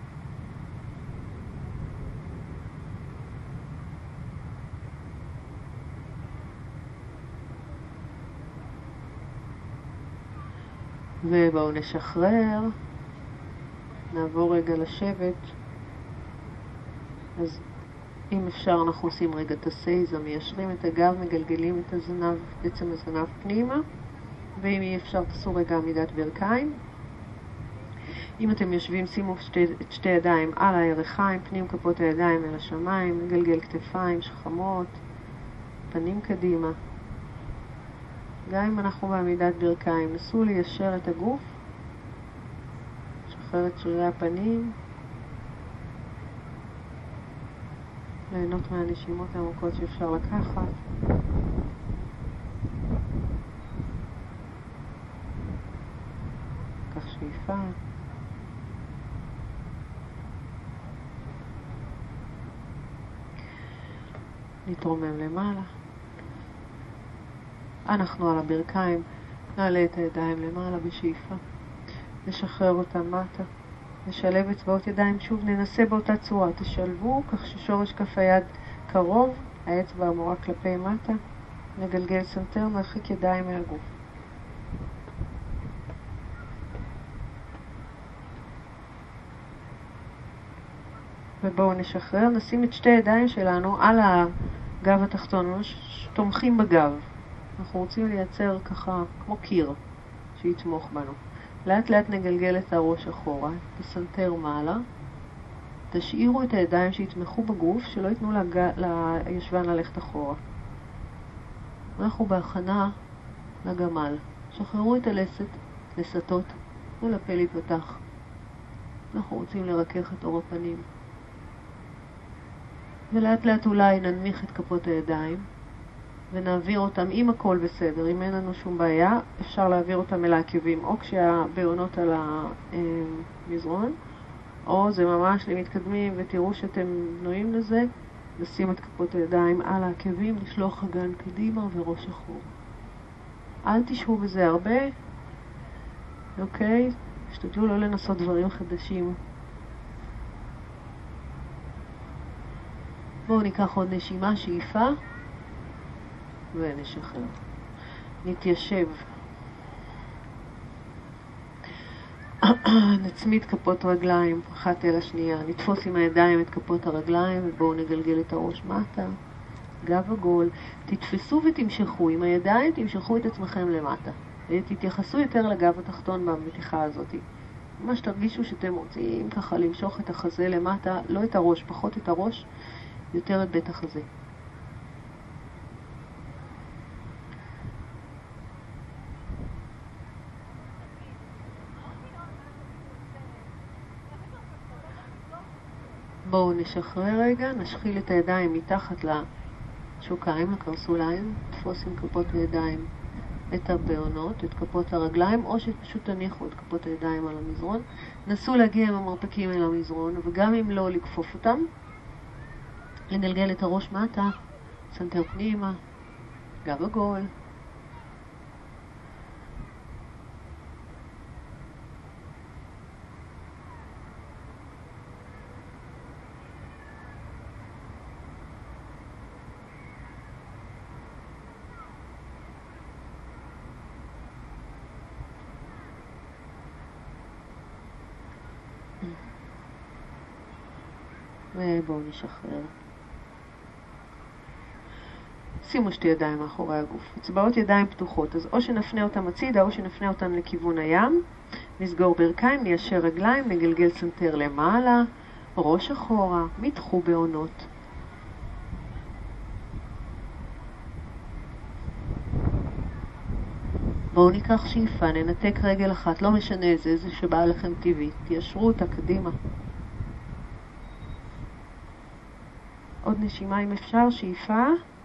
S1: ובואו נשחרר. נעבור רגע לשבת. אז אם אפשר אנחנו עושים רגע את הסייזה, מיישרים את הגב, מגלגלים את הזנב, בעצם הזנב פנימה, ואם אי אפשר תעשו רגע עמידת ברכיים. אם אתם יושבים שימו שתי, את שתי ידיים על הירכיים, פנים כפות הידיים אל השמיים, מגלגל כתפיים שכמות, פנים קדימה. גם אם אנחנו בעמידת ברכיים, נסו ליישר את הגוף, שחרר את שרירי הפנים, ליהנות מהנשימות העמוקות שאפשר לקחת. קח שאיפה. נתרומם למעלה. אנחנו על הברכיים, נעלה את הידיים למעלה בשאיפה. נשחרר אותם מטה. נשלב אצבעות ידיים, שוב ננסה באותה צורה, תשלבו כך ששורש כף היד קרוב, האצבע המורה כלפי מטה, נגלגל סנטר, נרחיק ידיים מהגוף. ובואו נשחרר, נשים את שתי ידיים שלנו על הגב התחתון, שתומכים בגב. אנחנו רוצים לייצר ככה כמו קיר שיתמוך בנו. לאט לאט נגלגל את הראש אחורה, תסנטר מעלה, תשאירו את הידיים שיתמכו בגוף, שלא ייתנו לג... לישבן ללכת אחורה. אנחנו בהכנה לגמל. שחררו את הלסת, לסתות, ולפה להיפתח. אנחנו רוצים לרכך את אור הפנים. ולאט לאט אולי ננמיך את כפות הידיים, ונעביר אותם, אם הכל בסדר, אם אין לנו שום בעיה, אפשר להעביר אותם אל העקבים, או כשהבעונות על המזרון, או זה ממש למתקדמים, ותראו שאתם בנויים לזה, לשים את כפות הידיים על העקבים, לשלוח אגן קדימה וראש אחור. אל תשבו בזה הרבה, אוקיי? שתתלו לא לנסות דברים חדשים. בואו ניקח עוד נשימה, שאיפה, ונשחרר. נתיישב. נצמיד כפות רגליים, אחת אל השנייה. נתפוס עם הידיים את כפות הרגליים, ובואו נגלגל את הראש מטה. גב עגול. תתפסו ותמשכו. עם הידיים תמשכו את עצמכם למטה. ותתייחסו יותר לגב התחתון במתיחה הזאת. ממש תרגישו שאתם רוצים ככה למשוך את החזה למטה, לא את הראש, פחות את הראש, יותר את בית החזה. בואו נשחרר רגע, נשחיל את הידיים מתחת לשוקיים, לקרסוליים, תפוס עם כפות הידיים את הבעונות, את כפות הרגליים, או שפשוט תניחו את כפות הידיים על המזרון. נסו להגיע עם המרפקים אל המזרון, וגם אם לא, לקפוף אותם, לגלגל את הראש מטה, סנטר פנימה, גב עגול. ובואו נשחרר. שימו שתי ידיים מאחורי הגוף. אצבעות ידיים פתוחות, אז או שנפנה אותם הצידה או שנפנה אותם לכיוון הים. נסגור ברכיים, ניישר רגליים, נגלגל סנטר למעלה, ראש אחורה, מתחו בעונות. בואו ניקח שאיפה, ננתק רגל אחת, לא משנה איזה, איזה שבא לכם טבעי. תיישרו אותה קדימה. עוד נשימה אם אפשר, שאיפה.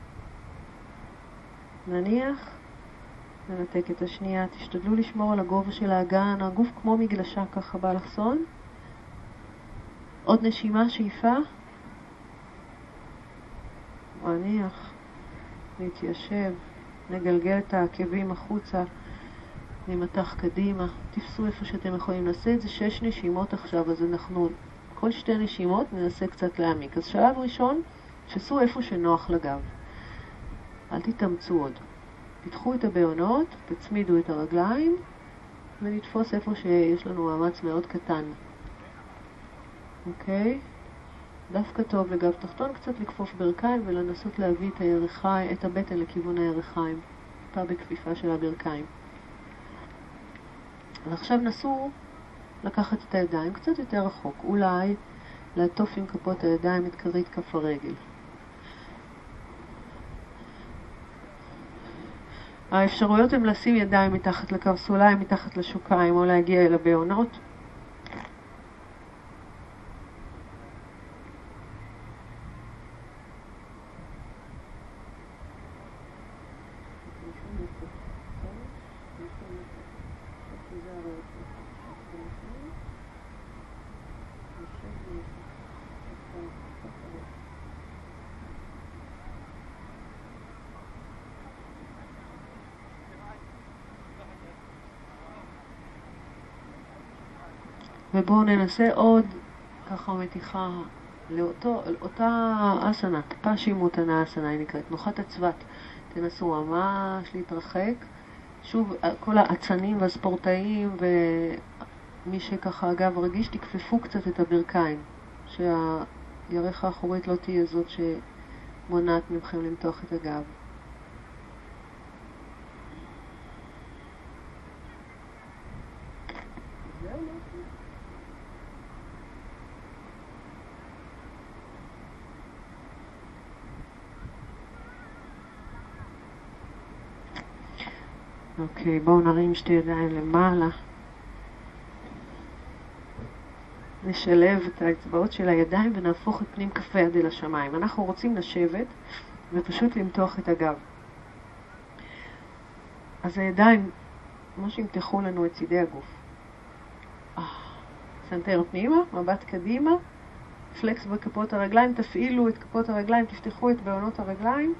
S1: נניח. ננתק את השנייה. תשתדלו לשמור על הגובה של האגן, הגוף כמו מגלשה ככה באלכסון. עוד נשימה, שאיפה. נניח. נתיישב. נגלגל את העקבים החוצה. נמתח קדימה. תפסו איפה שאתם יכולים. נעשה את זה שש נשימות עכשיו, אז אנחנו כל שתי נשימות ננסה קצת להעמיק. אז שלב ראשון, תפסו איפה שנוח לגב. אל תתאמצו עוד. פתחו את הבעונות, תצמידו את הרגליים, ונתפוס איפה שיש לנו מאמץ מאוד קטן. אוקיי? דווקא טוב לגב תחתון, קצת לקפוף ברכיים ולנסות להביא את הירכיים, את הבטן לכיוון הירכיים. טיפה בכפיפה של הברכיים. ועכשיו נסו לקחת את הידיים קצת יותר רחוק. אולי לעטוף עם כפות הידיים את כרית כף הרגל. האפשרויות הן לשים ידיים מתחת לקרסוליים, מתחת לשוקיים, או להגיע אל הבעונות. ובואו ננסה עוד ככה מתיחה לאותו, לאותה אסנה, פשימוטנה אסנה היא נקראת, תנוחת הצוות. תנסו ממש להתרחק. שוב, כל העצנים והספורטאים ומי שככה אגב רגיש, תכפפו קצת את הברכיים, שהירך האחורית לא תהיה זאת שמונעת מכם למתוח את הגב. אוקיי, בואו נרים שתי ידיים למעלה. נשלב את האצבעות של הידיים ונהפוך את פנים כף היד אל השמיים. אנחנו רוצים לשבת ופשוט למתוח את הגב. אז הידיים, כמו שימתחו לנו את צידי הגוף. סנטר פנימה, מבט קדימה, פלקס בכפות הרגליים, תפעילו את כפות הרגליים, תפתחו את בעונות הרגליים,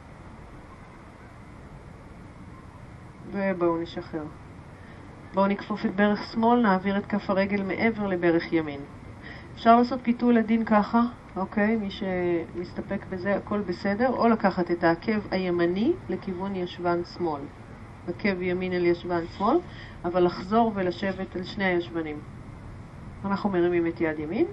S1: ובואו נשחרר. בואו נקפוף את ברך שמאל, נעביר את כף הרגל מעבר לברך ימין. אפשר לעשות פיתול עדין ככה, אוקיי? מי שמסתפק בזה, הכל בסדר. או לקחת את העקב הימני לכיוון ישבן שמאל. עקב ימין אל ישבן שמאל, אבל לחזור ולשבת על שני הישבנים. אנחנו מרימים את יד ימין,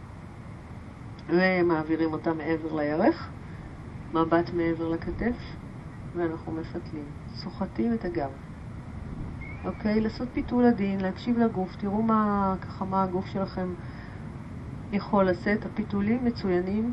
S1: ומעבירים אותה מעבר לירך, מבט מעבר לכתף, ואנחנו מפתלים. סוחטים את הגב. אוקיי, לעשות פיתול עדין, להקשיב לגוף, תראו מה, ככה מה הגוף שלכם יכול לעשות. הפיתולים מצוינים.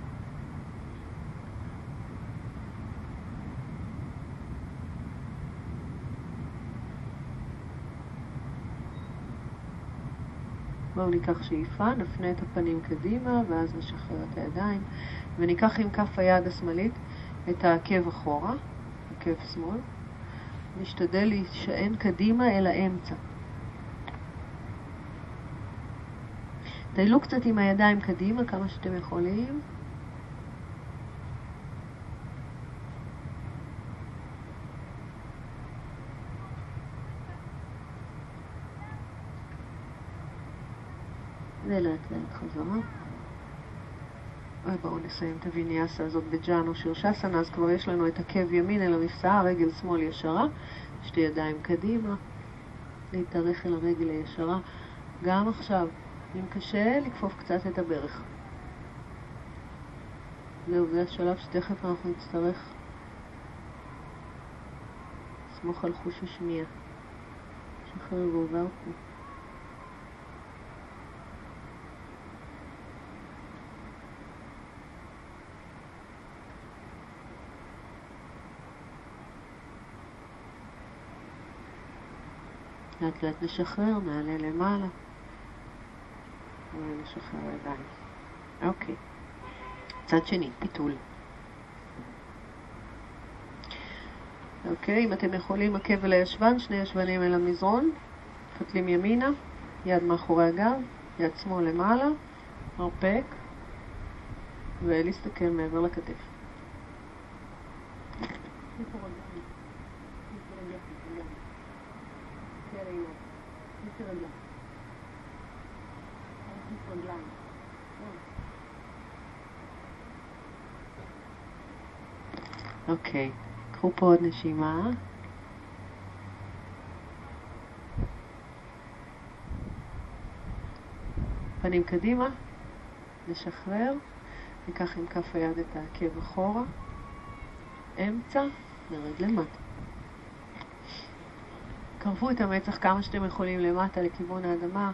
S1: בואו ניקח שאיפה, נפנה את הפנים קדימה, ואז נשחרר את הידיים, וניקח עם כף היד השמאלית את העקב אחורה, עקב שמאל. נשתדל להישען קדימה אל האמצע. טיילו קצת עם הידיים קדימה, כמה שאתם יכולים. ולאט לאט חזרה. ובואו נסיים את הוויניאסה הזאת בג'אנו שירשסנה. אז כבר יש לנו את עקב ימין אל המפסעה, רגל שמאל ישרה, שתי ידיים קדימה, להתארך אל הרגל הישרה. גם עכשיו, אם קשה, לקפוף קצת את הברך. זהו, זה השלב שתכף אנחנו נצטרך לסמוך על חוש השמיעה. שחרר ועובר פה. לאט לאט נשחרר, נעלה למעלה ונשחרר ידיים. אוקיי, צד שני, פיתול. אוקיי, אם אתם יכולים, עקב אל הישבן, שני ישבנים אל המזרון, פתלים ימינה, יד מאחורי הגב, יד שמאל למעלה, מרפק, ולהסתכל מעבר לכתף. אוקיי, קחו פה עוד נשימה. פנים קדימה, נשחרר, ניקח עם כף היד את העקב אחורה, אמצע, נרד למטה. קרבו את המצח כמה שאתם יכולים למטה לכיוון האדמה.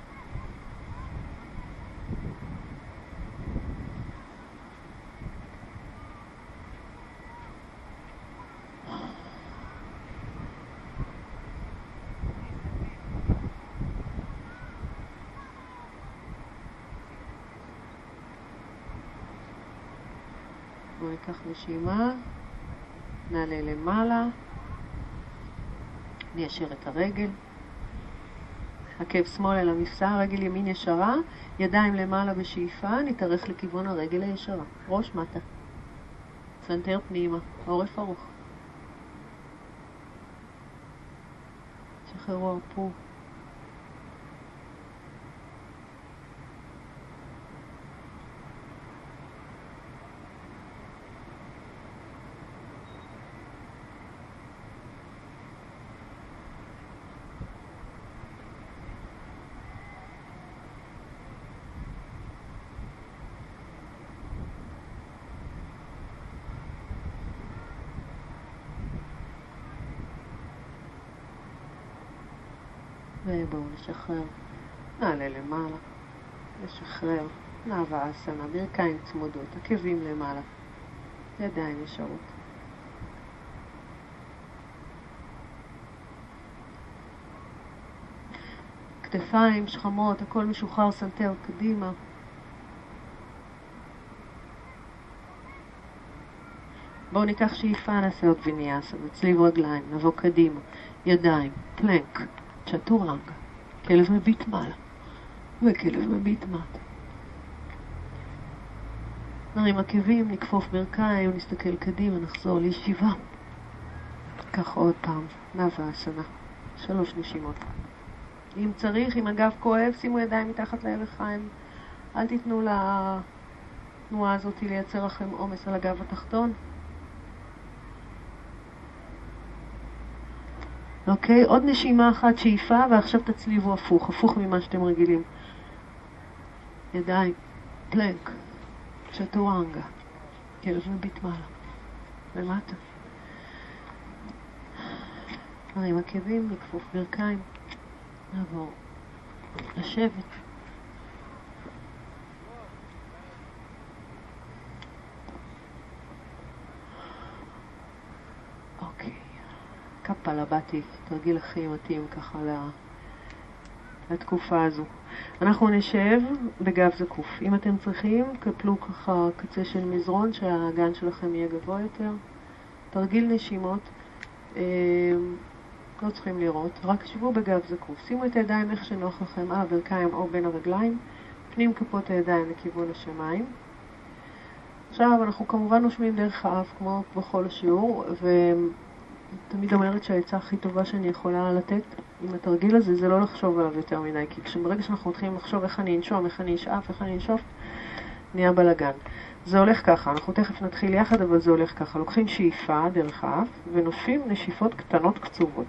S1: בואו ניקח נשימה, נעלה למעלה, ניישר את הרגל, עקב שמאל אל המפסעה, רגל ימין ישרה, ידיים למעלה בשאיפה, נתארך לכיוון הרגל הישרה, ראש מטה, סנטר פנימה, עורף ארוך. שחררו, הרפו. ובואו נשחרר, נעלה למעלה, נשחרר, נעבה אסנה, ברכיים צמודות, עקבים למעלה, ידיים ישרות. כתפיים, שכמות, הכל משוחרר, סנטר קדימה. בואו ניקח שאיפה, נעשה עוד ויניאסה, נצליב רגליים, נבוא קדימה, ידיים, פלנק, צ'טורנגה, כלב מביט מעלה, וכלב מביט מטה. נרים עקבים, נכפוף ברכיים, נסתכל קדימה, נחזור לישיבה. ככה עוד פעם, נאוואסנה, שלוש נשימות. אם צריך, אם הגב כואב, שימו ידיים מתחת לירכיים. אל תיתנו לתנועה הזאת לייצר לכם עומס על הגב התחתון. אוקיי, עוד נשימה אחת, שאיפה, ועכשיו תצליבו הפוך, הפוך ממה שאתם רגילים. ידיים, פלנק, צ'טורנגה, כלב מביט מעלה, למטה. נרים עקבים, נכפוף ברכיים, נעבור לשבת. אוקיי, קפלה באתי, תרגיל הכי מתאים ככה לתקופה הזו. אנחנו נשב בגב זקוף. אם אתם צריכים, קפלו ככה קצה של מזרון שהאגן שלכם יהיה גבוה יותר. תרגיל נשימות. לא צריכים לראות, רק שבו בגב זקוף. שימו את הידיים איך שנוח לכם על הברכיים או בין הרגליים, פנים כפות הידיים לכיוון השמיים. עכשיו אנחנו כמובן נושמים דרך האף כמו בכל השיעור, ותמיד אומרת שהעצה הכי טובה שאני יכולה לתת עם התרגיל הזה זה לא לחשוב עליו יותר מדי, כי ברגע שאנחנו מתחילים לחשוב איך אני אנשום, איך אני אשאף, איך אני אנשוף, נהיה בלגן. זה הולך ככה, אנחנו תכף נתחיל יחד, אבל זה הולך ככה. לוקחים שאיפה דרך האף ונושפים נשיפות קטנות קצובות.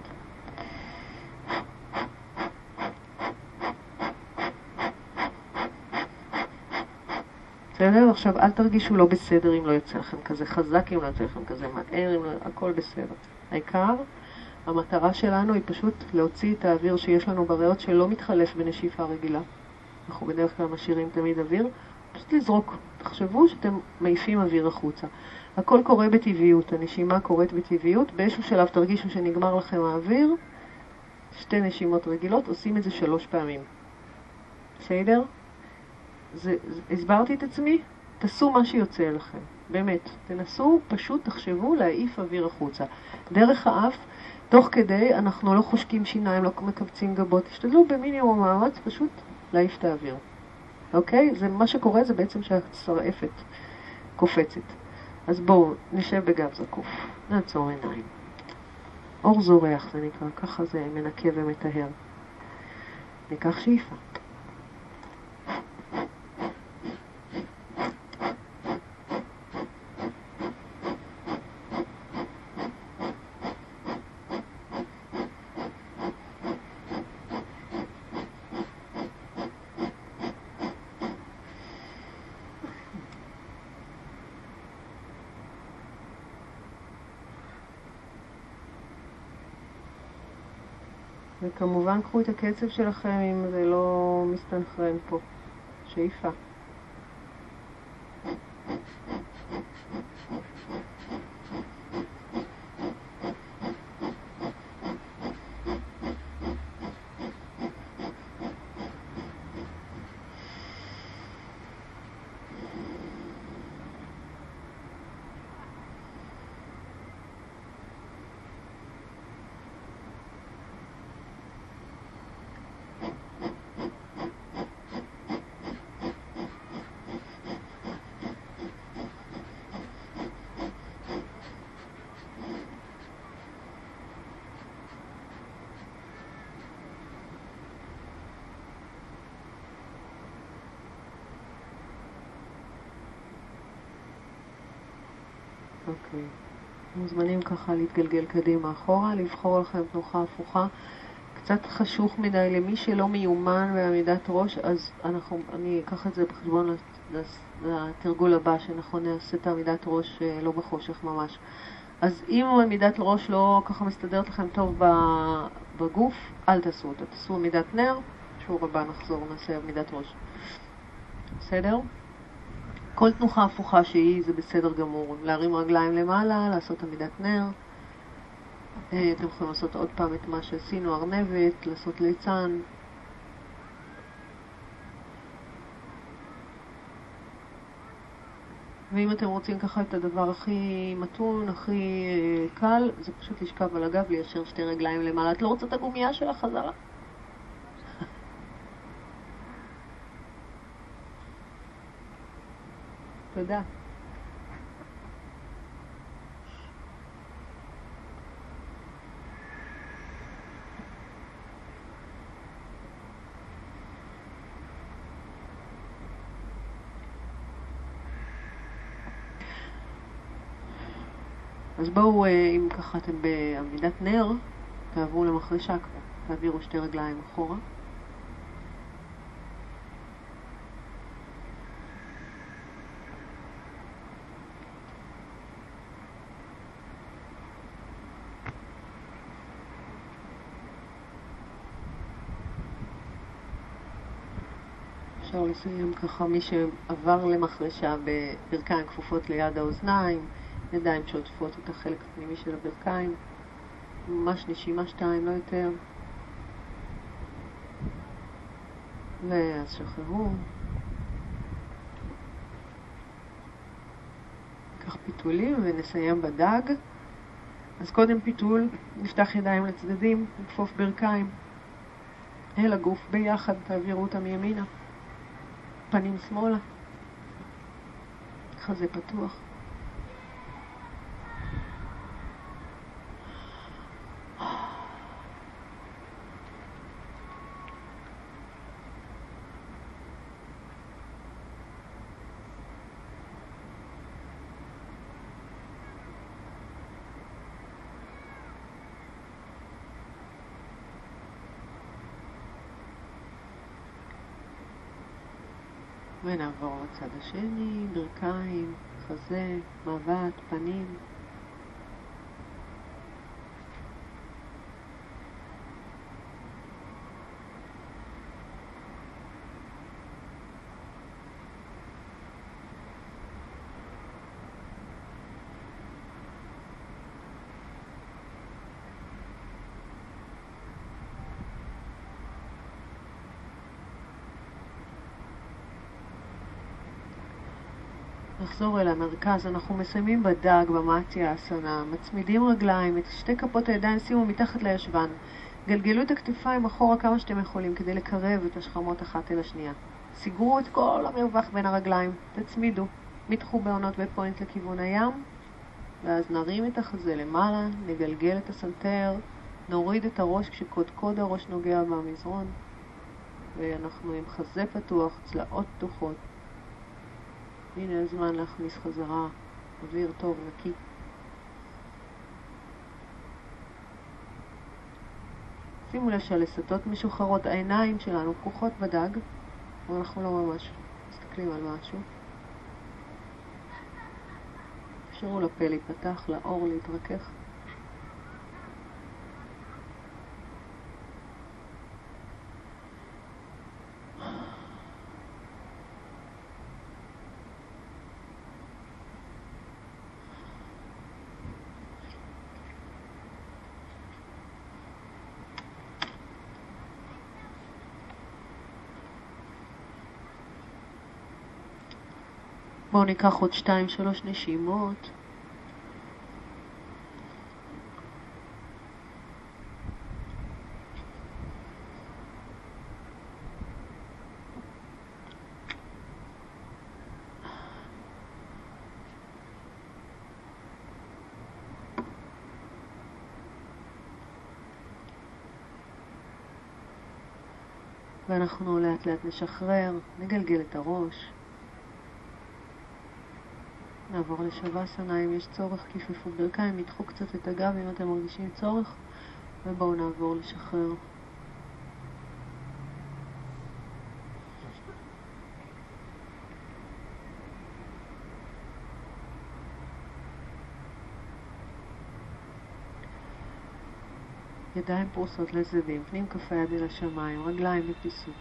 S1: בסדר? עכשיו אל תרגישו לא בסדר אם לא יוצא לכם כזה חזק, אם לא יוצא לכם כזה מהר, אם לא... הכל בסדר. העיקר, המטרה שלנו היא פשוט להוציא את האוויר שיש לנו בריאות שלא מתחלף בנשיפה רגילה. אנחנו בדרך כלל משאירים תמיד אוויר, פשוט לזרוק. תחשבו שאתם מעיפים אוויר החוצה. הכל קורה בטבעיות, הנשימה קורית בטבעיות. באיזשהו שלב תרגישו שנגמר לכם האוויר, שתי נשימות רגילות, עושים את זה שלוש פעמים. בסדר? זה, זה, הסברתי את עצמי? תעשו מה שיוצא לכם. באמת, תנסו, פשוט תחשבו להעיף אוויר החוצה. דרך האף, תוך כדי אנחנו לא חושקים שיניים, לא מקבצים גבות. תשתדלו במינימום מאמץ, פשוט להעיף את האוויר. אוקיי? זה מה שקורה, זה בעצם שהשרעפת קופצת. אז בואו נשב בגב זקוף, נעצור עיניים. אור זורח זה נקרא, ככה זה מנקה ומטהר. ניקח שאיפה. וכמובן קחו את הקצב שלכם אם זה לא מסתנכרן פה. שאיפה. אוקיי, מוזמנים ככה להתגלגל קדימה אחורה, לבחור לכם תנוחה הפוכה. קצת חשוך מדי למי שלא מיומן בעמידת ראש, אז אנחנו, אני אקח את זה בחשבון לתרגול הבא, שאנחנו נעשה את עמידת ראש לא בחושך ממש. אז אם עמידת ראש לא ככה מסתדרת לכם טוב בגוף, אל תעשו אותה, תעשו עמידת נר, שיעור הבא נחזור, נעשה עמידת ראש. בסדר? כל תנוחה הפוכה שהיא זה בסדר גמור. להרים רגליים למעלה, לעשות עמידת נר. אתם יכולים לעשות עוד פעם את מה שעשינו, ארנבת, לעשות ליצן. ואם אתם רוצים ככה את הדבר הכי מתון, הכי אה, קל, זה פשוט לשכב על הגב, ליישר שתי רגליים למעלה. את לא רוצה את הגומייה של החזרה? תודה. אז בואו, אם ככה אתם בעמידת נר, תעברו למחרשה כבר. תעבירו שתי רגליים אחורה. אפשר לסיים ככה מי שעבר למחרשה בברכיים כפופות ליד האוזניים, ידיים שעוטפות את החלק הפנימי של הברכיים, ממש נשימה שתיים, לא יותר. ואז שחררו. ניקח פיתולים ונסיים בדג. אז קודם פיתול, נפתח ידיים לצדדים, נכפוף ברכיים אל הגוף ביחד, תעבירו אותם ימינה, פנים שמאלה, חזה פתוח. ונעבור לצד השני, ברכיים, חזה, מבט, פנים. נחזור אל המרכז, אנחנו מסיימים בדג, במטיה אסנה, מצמידים רגליים, את שתי כפות הידיים שימו מתחת לישבן, גלגלו את הכתפיים אחורה כמה שאתם יכולים כדי לקרב את השכמות אחת אל השנייה. סיגרו את כל המרווח בין הרגליים, תצמידו, מתחו בעונות ופוינט לכיוון הים, ואז נרים את החזה למעלה, נגלגל את הסנטר, נוריד את הראש כשקודקוד הראש נוגע במזרון, ואנחנו עם חזה פתוח, צלעות פתוחות. הנה הזמן להכניס חזרה אוויר טוב, נקי. שימו לב שהלסתות משוחררות, העיניים שלנו פקוחות בדג, אבל אנחנו לא ממש מסתכלים על משהו. אפשרו לפה להיפתח, לאור להתרכך. בואו ניקח עוד שתיים שלוש נשימות. ואנחנו לאט לאט נשחרר, נגלגל את הראש. נעבור לשבאסנה אם יש צורך, כיפפות ברכיים, ידחו קצת את הגב אם אתם מרגישים צורך, ובואו נעבור לשחרר. ידיים פרוסות לצדדים, פנים כף היד אל השמיים, רגליים בפיסוק.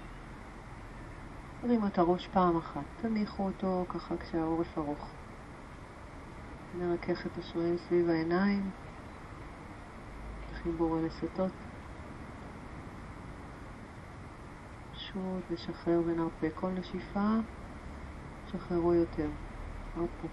S1: תרימו את הראש פעם אחת, תניחו אותו ככה כשהעורף ארוך. נרכך את השרירים סביב העיניים, חיבור הלסתות. פשוט לשחרר ונרפה כל נשיפה, שחררו יותר. הופו.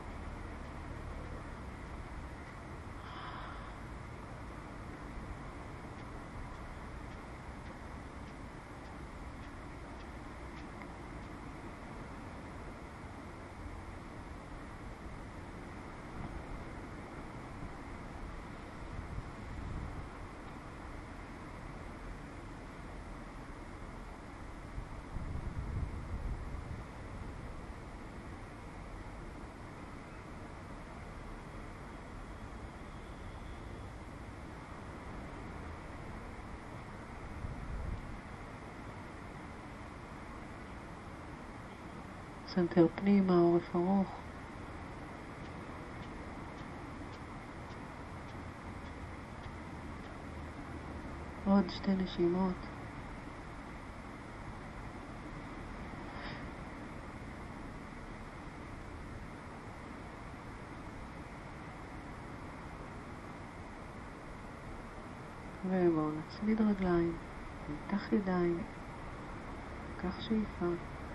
S1: סנטר פנימה, עורף ארוך. עוד שתי נשימות. ובואו נצמיד רגליים, נמתח ידיים, קח שאיפה.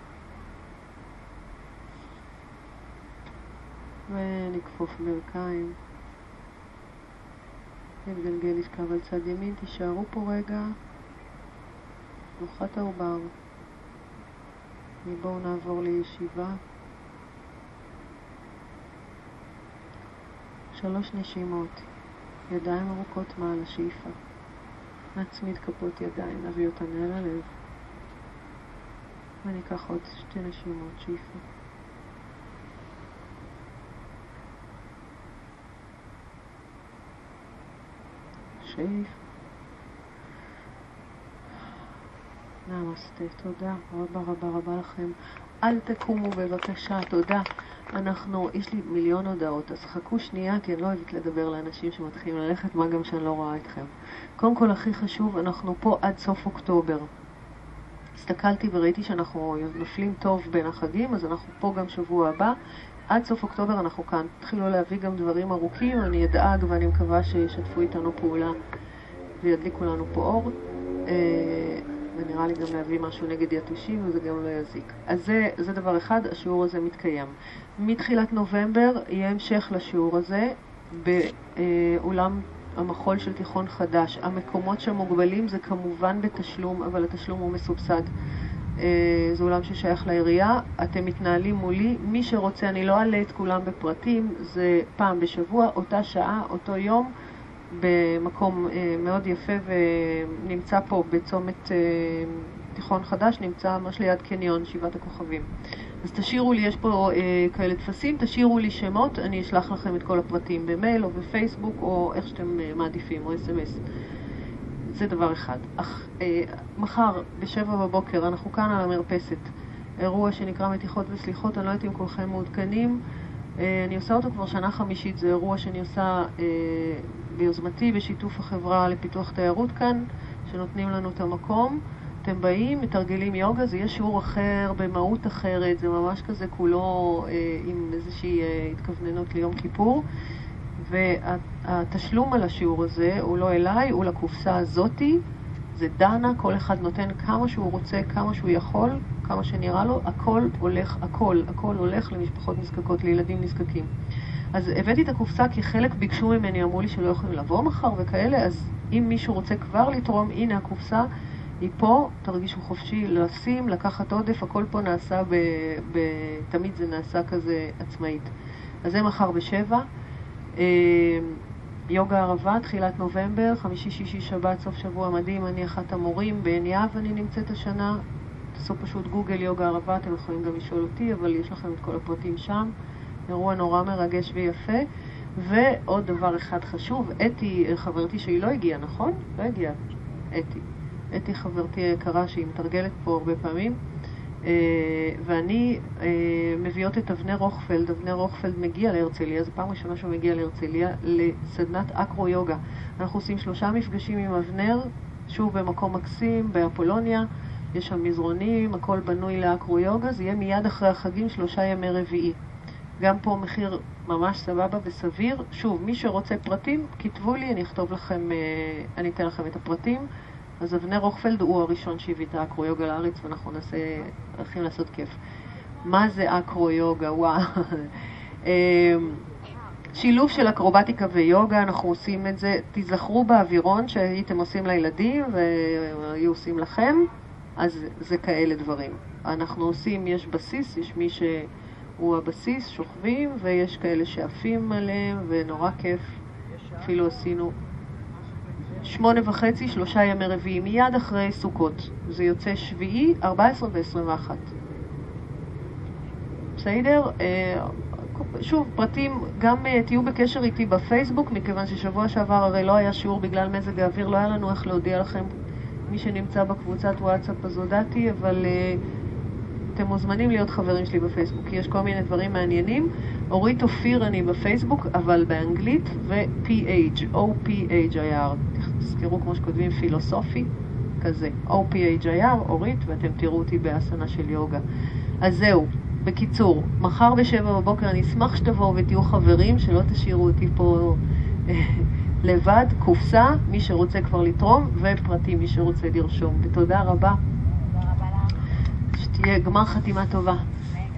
S1: ונכפוף ברכיים. נתגלגל לשכב על צד ימין, תישארו פה רגע. תנוחת העובר. בואו נעבור לישיבה. שלוש נשימות. ידיים ארוכות מעל השאיפה. נצמיד כפות ידיים, נביא אותן אל הלב. וניקח עוד שתי נשימות, שאיפה. שאיף. נמסטה, תודה רבה רבה רבה לכם. אל תקומו בבקשה, תודה. אנחנו, יש לי מיליון הודעות, אז חכו שנייה, כי אני לא אוהבת לדבר לאנשים שמתחילים ללכת, מה גם שאני לא רואה אתכם. קודם כל, הכי חשוב, אנחנו פה עד סוף אוקטובר. הסתכלתי וראיתי שאנחנו נופלים טוב בין החגים, אז אנחנו פה גם שבוע הבא. עד סוף אוקטובר אנחנו כאן. תתחילו להביא גם דברים ארוכים, אני אדאג ואני מקווה שישתפו איתנו פעולה וידליקו לנו פה אור. ונראה לי גם להביא משהו נגד יתושים, וזה גם לא יזיק. אז זה, זה דבר אחד, השיעור הזה מתקיים. מתחילת נובמבר יהיה המשך לשיעור הזה באולם המחול של תיכון חדש. המקומות שמוגבלים זה כמובן בתשלום, אבל התשלום הוא מסובסד. זה אולם ששייך לעירייה, אתם מתנהלים מולי, מי שרוצה, אני לא אעלה את כולם בפרטים, זה פעם בשבוע, אותה שעה, אותו יום, במקום מאוד יפה ונמצא פה בצומת תיכון חדש, נמצא ממש ליד קניון, שבעת הכוכבים. אז תשאירו לי, יש פה כאלה תפסים, תשאירו לי שמות, אני אשלח לכם את כל הפרטים במייל או בפייסבוק או איך שאתם מעדיפים, או אס אם אס. זה דבר אחד. אך, אה, מחר בשבע בבוקר אנחנו כאן על המרפסת. אירוע שנקרא מתיחות וסליחות, אני לא יודעת אם כולכם מעודכנים. אה, אני עושה אותו כבר שנה חמישית, זה אירוע שאני עושה אה, ביוזמתי בשיתוף החברה לפיתוח תיירות כאן, שנותנים לנו את המקום. אתם באים, מתרגלים יוגה, זה יהיה שיעור אחר, במהות אחרת, זה ממש כזה כולו אה, עם איזושהי אה, התכווננות ליום כיפור. והתשלום על השיעור הזה הוא לא אליי, הוא לקופסה הזאתי, זה דנה, כל אחד נותן כמה שהוא רוצה, כמה שהוא יכול, כמה שנראה לו, הכל הולך, הכל, הכל הולך למשפחות נזקקות, לילדים נזקקים. אז הבאתי את הקופסה כי חלק ביקשו ממני, אמרו לי שלא יכולים לבוא מחר וכאלה, אז אם מישהו רוצה כבר לתרום, הנה הקופסה, היא פה, תרגישו חופשי לשים, לקחת עודף, הכל פה נעשה, ב, ב, תמיד זה נעשה כזה עצמאית. אז זה מחר בשבע. יוגה ערבה, תחילת נובמבר, חמישי, שישי, שבת, סוף שבוע מדהים, אני אחת המורים, בעין יהב אני נמצאת השנה, תעשו פשוט גוגל יוגה ערבה, אתם יכולים גם לשאול אותי, אבל יש לכם את כל הפרטים שם, אירוע נורא מרגש ויפה. ועוד דבר אחד חשוב, אתי, חברתי שהיא לא הגיעה, נכון? לא הגיעה, אתי. אתי חברתי היקרה שהיא מתרגלת פה הרבה פעמים, ואני מביאות את אבנר רוכפלד. אבנר רוכפלד מגיע להרצליה, זו פעם ראשונה שהוא מגיע להרצליה, לסדנת אקרו יוגה. אנחנו עושים שלושה מפגשים עם אבנר, שוב במקום מקסים, באפולוניה, יש שם מזרונים, הכל בנוי לאקרו יוגה, זה יהיה מיד אחרי החגים, שלושה ימי רביעי. גם פה מחיר ממש סבבה וסביר. שוב, מי שרוצה פרטים, כתבו לי, אני אכתוב לכם, אני אתן לכם את הפרטים. אז אבנר רוכפלד הוא הראשון שהביא את האקרו יוגה לארץ, ואנחנו נעשה, הולכים לעשות כיף. מה זה אקרו יוגה? וואו. שילוב של אקרובטיקה ויוגה, אנחנו עושים את זה, תזכרו באווירון שהייתם עושים לילדים והיו עושים לכם, אז זה כאלה דברים. אנחנו עושים, יש בסיס, יש מי שהוא הבסיס, שוכבים, ויש כאלה שעפים עליהם, ונורא כיף. אפילו עשינו שמונה וחצי, שלושה ימי רביעי, מיד אחרי סוכות. זה יוצא שביעי, ארבע עשרה ועשרים ואחת. בסדר? שוב, פרטים, גם תהיו בקשר איתי בפייסבוק, מכיוון ששבוע שעבר הרי לא היה שיעור בגלל מזג האוויר, לא היה לנו איך להודיע לכם מי שנמצא בקבוצת וואטסאפ אז הודעתי, אבל uh, אתם מוזמנים להיות חברים שלי בפייסבוק, כי יש כל מיני דברים מעניינים. אורית אופיר אני בפייסבוק, אבל באנגלית, ו-פי אייץ', או פי אייץ' איי אר, תזכרו כמו שכותבים פילוסופי, כזה, או פי אייץ' איי אר, אורית, ואתם תראו אותי באסנה של יוגה. אז זהו. בקיצור, מחר בשבע בבוקר אני אשמח שתבואו ותהיו חברים, שלא תשאירו אותי פה לבד, קופסה, מי שרוצה כבר לתרום, ופרטים, מי שרוצה לרשום. ותודה רבה.
S2: תודה רבה לך.
S1: שתהיה גמר חתימה טובה.